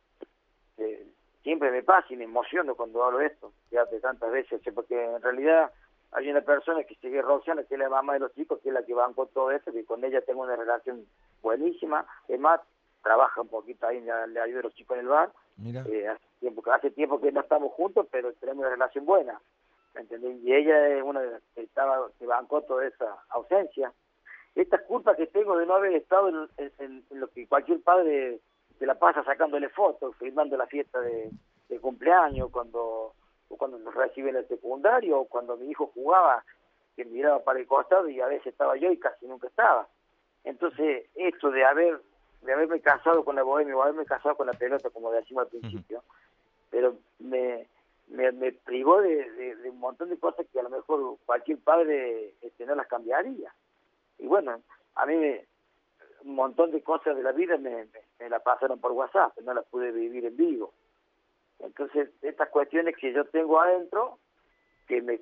eh, siempre me pasa y me emociono cuando hablo de esto, fíjate, tantas veces, porque en realidad hay una persona que sigue Roxana, que es la mamá de los chicos, que es la que bancó todo esto, que con ella tengo una relación buenísima, es más, trabaja un poquito ahí, le, le ayuda a los chicos en el bar. Mira. Eh, hace tiempo que hace tiempo que no estamos juntos, pero tenemos una relación buena, ¿me entendés? Y ella es una de las que estaba, que bancó toda esa ausencia. Estas culpas que tengo de no haber estado en, en, en lo que cualquier padre se la pasa sacándole fotos, filmando la fiesta de, de cumpleaños, cuando o cuando nos recibe en el secundario, o cuando mi hijo jugaba, que miraba para el costado y a veces estaba yo y casi nunca estaba. Entonces, esto de haber de haberme casado con la bohemia o haberme casado con la pelota, como decimos al principio, uh-huh. pero me, me, me privó de, de, de un montón de cosas que a lo mejor cualquier padre este, no las cambiaría. Y bueno, a mí me, un montón de cosas de la vida me, me, me la pasaron por WhatsApp, no las pude vivir en vivo. Entonces, estas cuestiones que yo tengo adentro, que me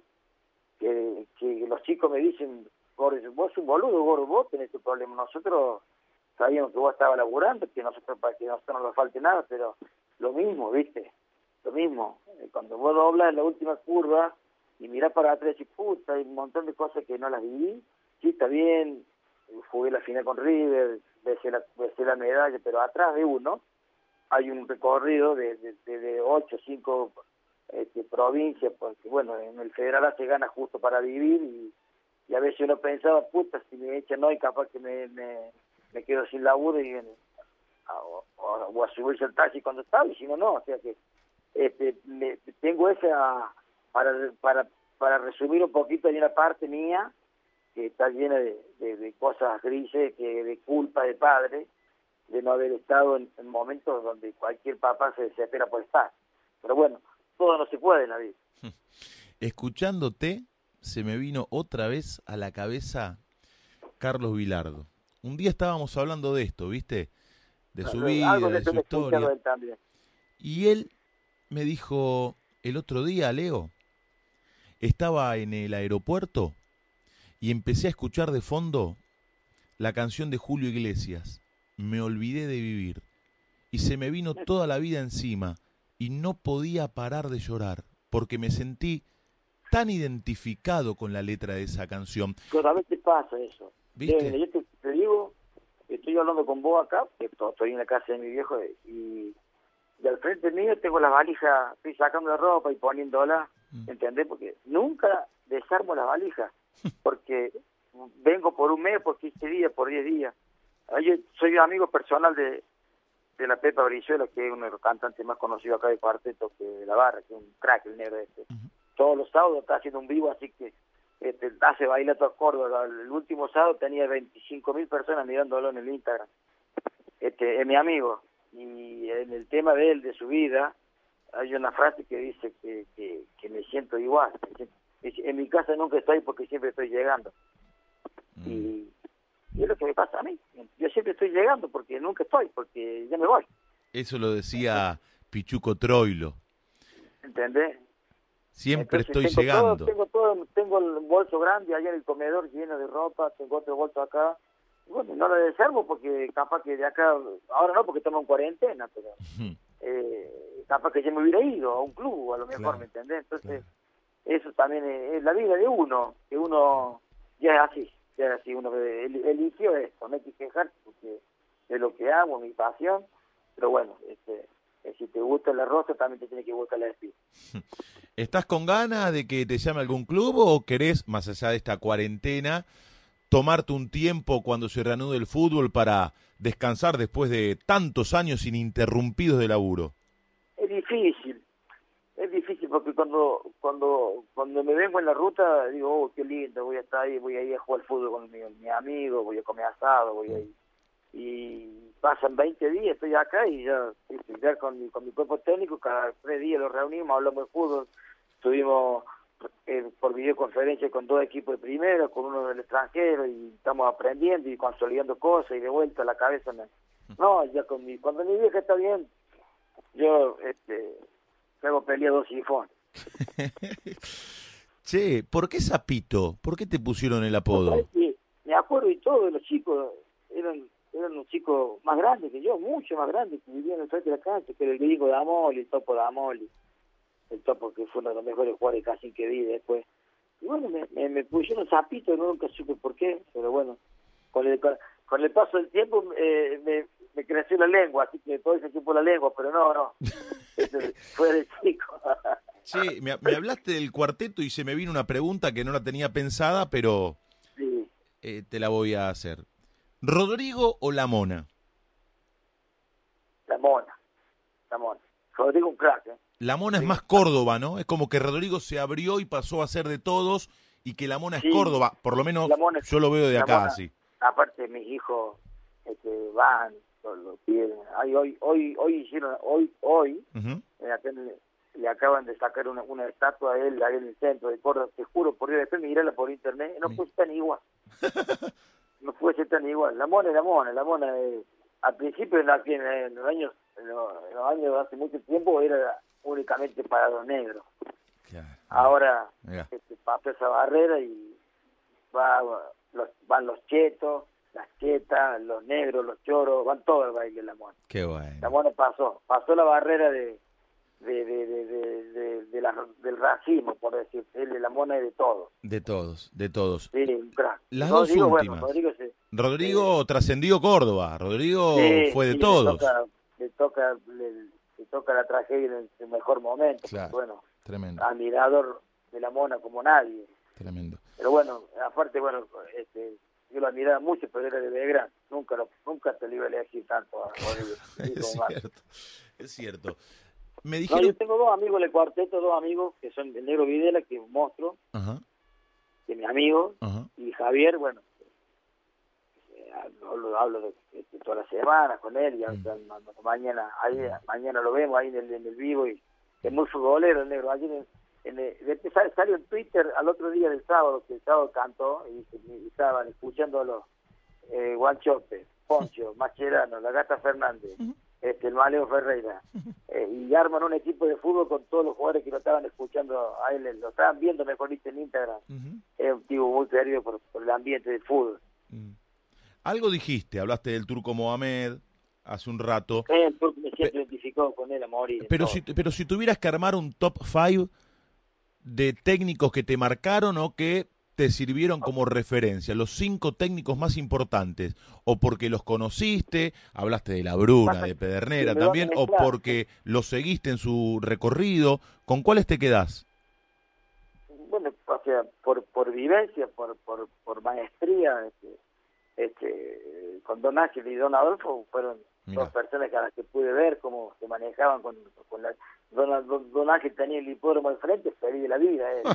que, que los chicos me dicen, vos sos un boludo, vos, vos tenés tu problema, nosotros sabíamos que vos estabas laburando, que nosotros para que a nosotros no nos falte nada, pero lo mismo, ¿viste? Lo mismo. Cuando vos doblas la última curva y mirás para atrás y puta, hay un montón de cosas que no las viví. Sí, está bien, jugué la final con River, besé la, besé la medalla, pero atrás de uno hay un recorrido de, de, de, de ocho, cinco este, provincias, porque bueno, en el Federal se gana justo para vivir y, y a veces uno pensaba, puta, si me echan hoy capaz que me... me me quedo sin laburo y bueno, o, o, o a subirse al taxi cuando estaba, y si no, no, o sea que este, me, tengo esa, para, para, para resumir un poquito, hay una parte mía que está llena de, de, de cosas grises, que de culpa de padre, de no haber estado en, en momentos donde cualquier papá se desespera por estar. Pero bueno, todo no se puede en la vida. Escuchándote, se me vino otra vez a la cabeza Carlos Vilardo. Un día estábamos hablando de esto, ¿viste? De su vida, de su historia. Y él me dijo el otro día, Leo, estaba en el aeropuerto y empecé a escuchar de fondo la canción de Julio Iglesias, Me olvidé de vivir. Y se me vino toda la vida encima y no podía parar de llorar porque me sentí tan identificado con la letra de esa canción. Pero a veces pasa eso. ¿Viste? Yo, yo te, te digo, estoy hablando con vos acá, que estoy en la casa de mi viejo, y, y al frente mío tengo las valijas, estoy sacando la ropa y poniéndola, mm. ¿entendés? Porque nunca desarmo las valijas, porque vengo por un mes, por quince días, por diez días. Yo soy amigo personal de, de la Pepa Brizuela, que es uno de los cantantes más conocidos acá de cuarteto, que de la barra, que es un crack el negro este. Uh-huh. Todos los sábados está haciendo un vivo, así que este, hace bailar todo Córdoba. El último sábado tenía veinticinco mil personas mirándolo en el Instagram. Este, es mi amigo, y en el tema de él, de su vida, hay una frase que dice que, que, que me siento igual. En mi casa nunca estoy porque siempre estoy llegando. Mm. Y, y es lo que me pasa a mí. Yo siempre estoy llegando porque nunca estoy, porque ya me voy. Eso lo decía Pichuco Troilo. ¿Entendés? Siempre Entonces, estoy tengo llegando. Todo, tengo todo, tengo el bolso grande allá en el comedor lleno de ropa, tengo otro bolso acá. Y bueno, no lo desarmo porque capaz que de acá, ahora no porque estamos en cuarentena, pero uh-huh. eh, capaz que ya me hubiera ido a un club, a lo mejor, claro, ¿me entendés? Entonces, claro. Eso también es, es la vida de uno, que uno ya es así, ya es así, uno el, eligió esto, no hay que quejarse porque es lo que amo, mi pasión, pero bueno, este, si te gusta la rosa también te tiene que gustar la espina. ¿Estás con ganas de que te llame algún club o querés, más allá de esta cuarentena, tomarte un tiempo cuando se reanude el fútbol para descansar después de tantos años ininterrumpidos de laburo? Es difícil. Es difícil porque cuando cuando cuando me vengo en la ruta digo, oh, qué lindo, voy a estar ahí, voy a ir a jugar fútbol con mi, mi amigo, voy a comer asado, voy a ir. Y pasan veinte días, estoy acá y ya, ya con, mi, con mi cuerpo técnico, cada tres días los reunimos, hablamos de fútbol, estuvimos eh, por videoconferencia con dos equipos de primera, con uno del extranjero, y estamos aprendiendo y consolidando cosas, y de vuelta la cabeza me... No, ya con mi, cuando mi vieja está bien, yo, este... Luego peleé dos sifones. Che, ¿por qué Zapito? ¿Por qué te pusieron el apodo? No, que me acuerdo y todo de los chicos, eran eran unos chicos más grandes que yo, mucho más grandes, que vivían en el frente de la cancha, que era el gringo de Amoli, el topo de Amoli, el topo que fue uno de los mejores jugadores casi que vi después. Y bueno, me, me, me pusieron Zapito, no nunca supe por qué, pero bueno, con el, con, con el paso del tiempo eh, me, me creció la lengua, así que todo ese tiempo la lengua, pero no, no. Fue de chico. Sí, me, me hablaste del cuarteto y se me vino una pregunta que no la tenía pensada, pero sí. eh, te la voy a hacer. ¿Rodrigo o La Mona? La Mona. La Mona. Rodrigo un crack, ¿eh? La Mona sí. Es más Córdoba, ¿no? Es como que Rodrigo se abrió y pasó a ser de todos y que La Mona sí. es Córdoba. Por lo menos Mona, yo lo veo de acá, Mona, así. Aparte, mis hijos este, van... lo tienen. Ay, hoy hoy hoy hicieron hoy hoy uh-huh. eh, le, le acaban de sacar una, una estatua a él ahí en el centro de Córdoba, te juro por Dios, después mirarla por internet, no puede ser tan igual. No puede ser tan igual. La Mona es la Mona, la Mona eh, al principio en, la, en, en los años en los, en los años de hace mucho tiempo era únicamente para los negros. Yeah. Ahora yeah. este, pasa esa barrera y va, los, van los chetos, las chetas, los negros, los choros, van todos al baile de La Mona. Qué bueno. La Mona pasó, pasó la barrera de de de de, de, de, de la, del racismo, por decir, él de La Mona es de todos. De todos, de todos. Sí, un crack. Las Rodrigo, dos últimas. Bueno, Rodrigo, se, Rodrigo eh, trascendió Córdoba, Rodrigo sí, fue de sí, todos. Le toca, le toca, le, le toca la tragedia en su mejor momento. Claro, porque, bueno, tremendo. Admirador de La Mona como nadie. Tremendo. Pero bueno, aparte, bueno, este... yo lo admiraba mucho, pero era de Belgrano. Nunca lo, nunca te lo iba a elegir tanto a Rodrigo. Es cierto, es cierto. Me dijeron... No, yo tengo dos amigos en el cuarteto, dos amigos, que son el Negro Videla, que es un monstruo, Ajá. que es mi amigo, Ajá. y Javier, bueno, eh, hablo, hablo de, de, de todas las semanas con él, y mm. mañana ahí, mm. mañana lo vemos ahí en el, en el vivo, y es muy futbolero el Negro. Ayer en, de, salió en Twitter al otro día del sábado, que el sábado cantó y, y estaban escuchando los eh, Guanchope, Poncho, Mascherano, la Gata Fernández, uh-huh. este, el Maleo Ferreira, uh-huh. eh, y arman un equipo de fútbol con todos los jugadores que lo estaban escuchando a él, lo estaban viendo, mejor dicho, en Instagram. Uh-huh. Es un tipo muy querido por, por el ambiente del fútbol. Uh-huh. Algo dijiste, hablaste del Turco Mohamed hace un rato. Eh, el Turco me siento Pe- identificado con él a morir. Pero si, pero si tuvieras que armar un top five de técnicos que te marcaron o que te sirvieron como referencia, los cinco técnicos más importantes, o porque los conociste, hablaste de La Bruna, de Pedernera también, o porque los seguiste en su recorrido, ¿con cuáles te quedás? Bueno, o sea, por, por vivencia, por, por, por maestría, este, este, con Don Ángel y Don Adolfo fueron Mirá. dos personas a las que pude ver cómo se manejaban con, con la... Don, Don, Don Ángel tenía el hipódromo al frente, feliz de la vida, él.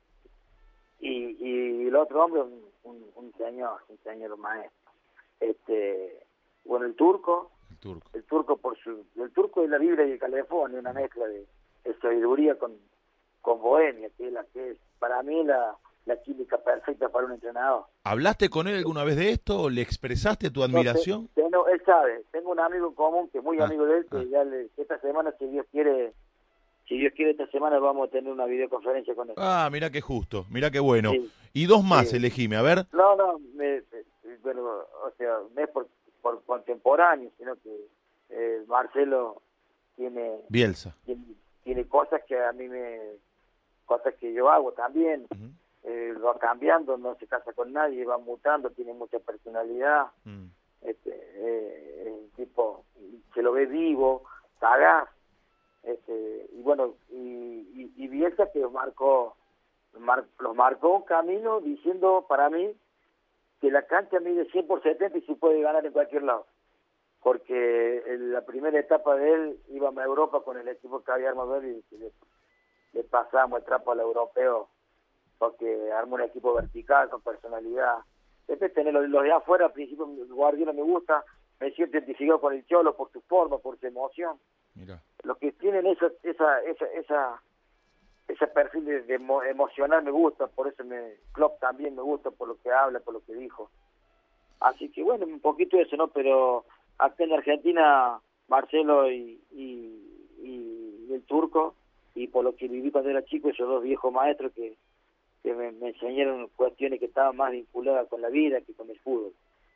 Y, y el otro hombre, un, un, un señor, un señor maestro. Este, bueno, el turco, el turco, el turco por su, el turco es la Biblia y el calefón, una mezcla de, de sabiduría con, con bohemia, que es la que es para mí la, la química perfecta para un entrenador. ¿Hablaste con él alguna vez de esto? ¿Le expresaste tu admiración? No, te, tengo, él sabe, tengo un amigo en común que es muy ah, amigo de él, que ah. ya le, esta semana, si Dios quiere, si Dios quiere esta semana vamos a tener una videoconferencia con él. Ah, mirá qué justo, mirá qué bueno. Sí. Y dos más, Sí. elegime, a ver. No, no, me, me, bueno, o sea, no es por, por contemporáneo, sino que eh, Marcelo tiene, Bielsa. tiene tiene cosas que a mí me, cosas que yo hago también, Uh-huh. eh, va cambiando, no se casa con nadie, va mutando, tiene mucha personalidad, Mm. este, eh, el tipo se lo ve vivo, sagaz, este, y bueno, y, y, y Bielsa que marcó Mar, los marcó un camino diciendo para mí que la cancha mide cien por setenta y se puede ganar en cualquier lado, porque en la primera etapa de él íbamos a Europa con el equipo que había armado él y le, le pasamos el trapo al europeo porque armó un equipo vertical con personalidad. Después tener los, los de afuera, al principio Guardiola me gusta, me siento identificado con el Cholo por su forma, por su emoción. Mirá. Los que tienen esa esa esa, esa ese perfil de, de emo, emocional me gusta, por eso me Klopp también me gusta por lo que habla, por lo que dijo. Así que bueno, un poquito eso, ¿no? Pero acá en Argentina, Marcelo y, y, y el turco, y por lo que viví cuando era chico, esos dos viejos maestros que, que me, me enseñaron cuestiones que estaban más vinculadas con la vida que con el fútbol.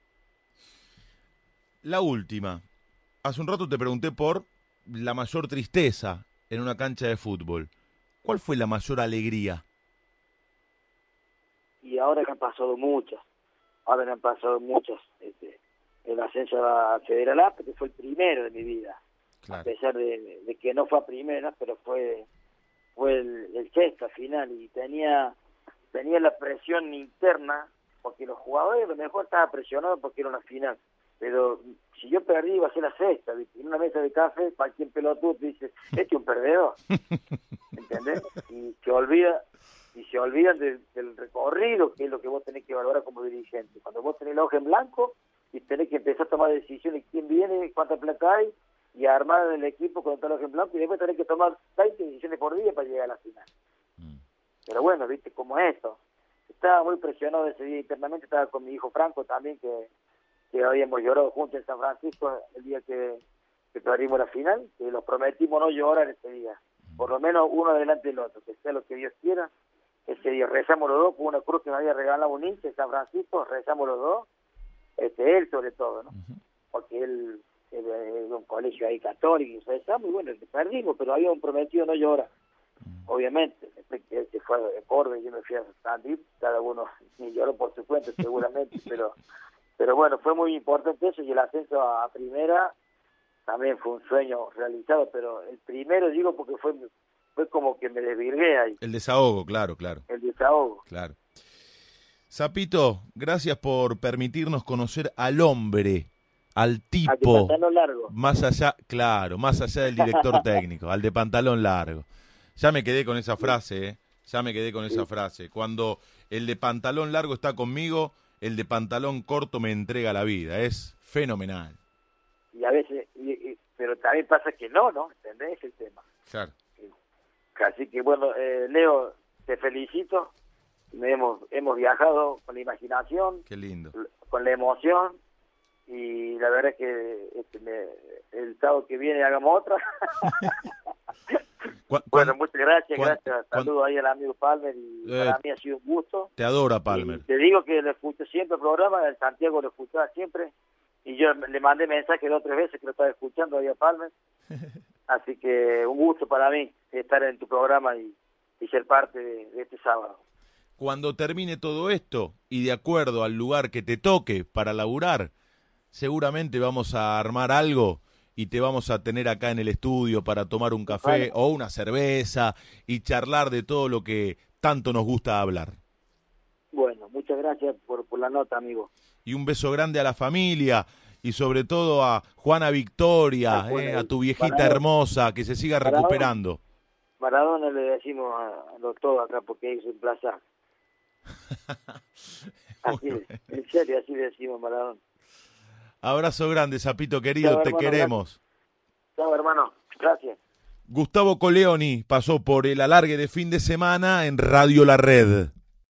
La última. Hace un rato te pregunté por la mayor tristeza en una cancha de fútbol. ¿Cuál fue la mayor alegría? Y ahora me han pasado muchas, ahora me han pasado muchas. Este, el ascenso a Federal A, que fue el primero de mi vida, Claro. a pesar de, de que no fue a primera, pero fue fue el, el sexto final y tenía tenía la presión interna, porque los jugadores a lo mejor estaban presionados porque era una final, pero si yo perdí iba a ser la sexta, ¿viste? En una mesa de café cualquier pelotudo te dice, este es un perdedor. ¿Entendés? Y se olvida, y se olvidan de, del recorrido, que es lo que vos tenés que valorar como dirigente. Cuando vos tenés la hoja en blanco y tenés que empezar a tomar decisiones, quién viene, cuánta plata hay, y armar el equipo con toda la hoja en blanco, y después tenés que tomar veinte decisiones por día para llegar a la final. Mm. Pero bueno, viste como esto. Estaba muy presionado ese día internamente, estaba con mi hijo Franco también, que, que habíamos llorado juntos en San Francisco el día que, que perdimos la final, que los prometimos no llorar ese día. Por lo menos uno delante del otro, que sea lo que Dios quiera. Ese día rezamos los dos, con una cruz que me había regalado un hincha en San Francisco, rezamos los dos, este, él sobre todo, ¿no? Uh-huh. Porque él es de un colegio ahí católico, y rezamos, y bueno, perdimos, pero habíamos prometido no llorar. Uh-huh. Obviamente, después que él se fue de Córdoba y yo me fui a Tandil, cada uno ni lloró por su cuenta seguramente, pero pero bueno, fue muy importante eso, y el ascenso a primera también fue un sueño realizado, pero el primero digo porque fue fue como que me desvirgué ahí. El desahogo, claro, claro. El desahogo. Claro. Sapito, gracias por permitirnos conocer al hombre, al tipo. Al de pantalón largo. Más allá, claro, más allá del director técnico, al de pantalón largo. Ya me quedé con esa frase, ¿eh? Ya me quedé con esa sí. frase. Cuando el de pantalón largo está conmigo, el de pantalón corto me entrega la vida. Es fenomenal. Y a veces, y, y, pero también pasa que no, ¿no? ¿Entendés el tema? Claro. Así que bueno, eh, Leo, te felicito. Hemos, hemos viajado con la imaginación. Qué lindo. Con la emoción. Y la verdad es que este, me, el sábado que viene hagamos otra. Bueno, muchas gracias, gracias. Saludos ahí al amigo Palmer y eh, para mí ha sido un gusto. Te adora Palmer. Y te digo que lo escucho siempre el programa, en Santiago lo escuchaba siempre. Y yo le mandé mensaje dos o tres veces que lo estaba escuchando ahí a Palmer. Así que un gusto para mí estar en tu programa y, y ser parte de, de este sábado. Cuando termine todo esto y de acuerdo al lugar que te toque para laburar, seguramente vamos a armar algo y te vamos a tener acá en el estudio para tomar un café Vale. o una cerveza y charlar de todo lo que tanto nos gusta hablar. Bueno, muchas gracias por, por la nota, amigo. Y un beso grande a la familia y sobre todo a Juana Victoria, A Juana eh, a tu viejita Maradona. hermosa, que se siga Maradona. recuperando. Maradona le decimos a, a los todos acá porque es un plaza. Así es, en serio, así le decimos Maradona. Abrazo grande, Sapito querido, Chao, te hermano, queremos. Chao, hermano, gracias. Gustavo Coleoni pasó por el alargue de fin de semana en Radio La Red.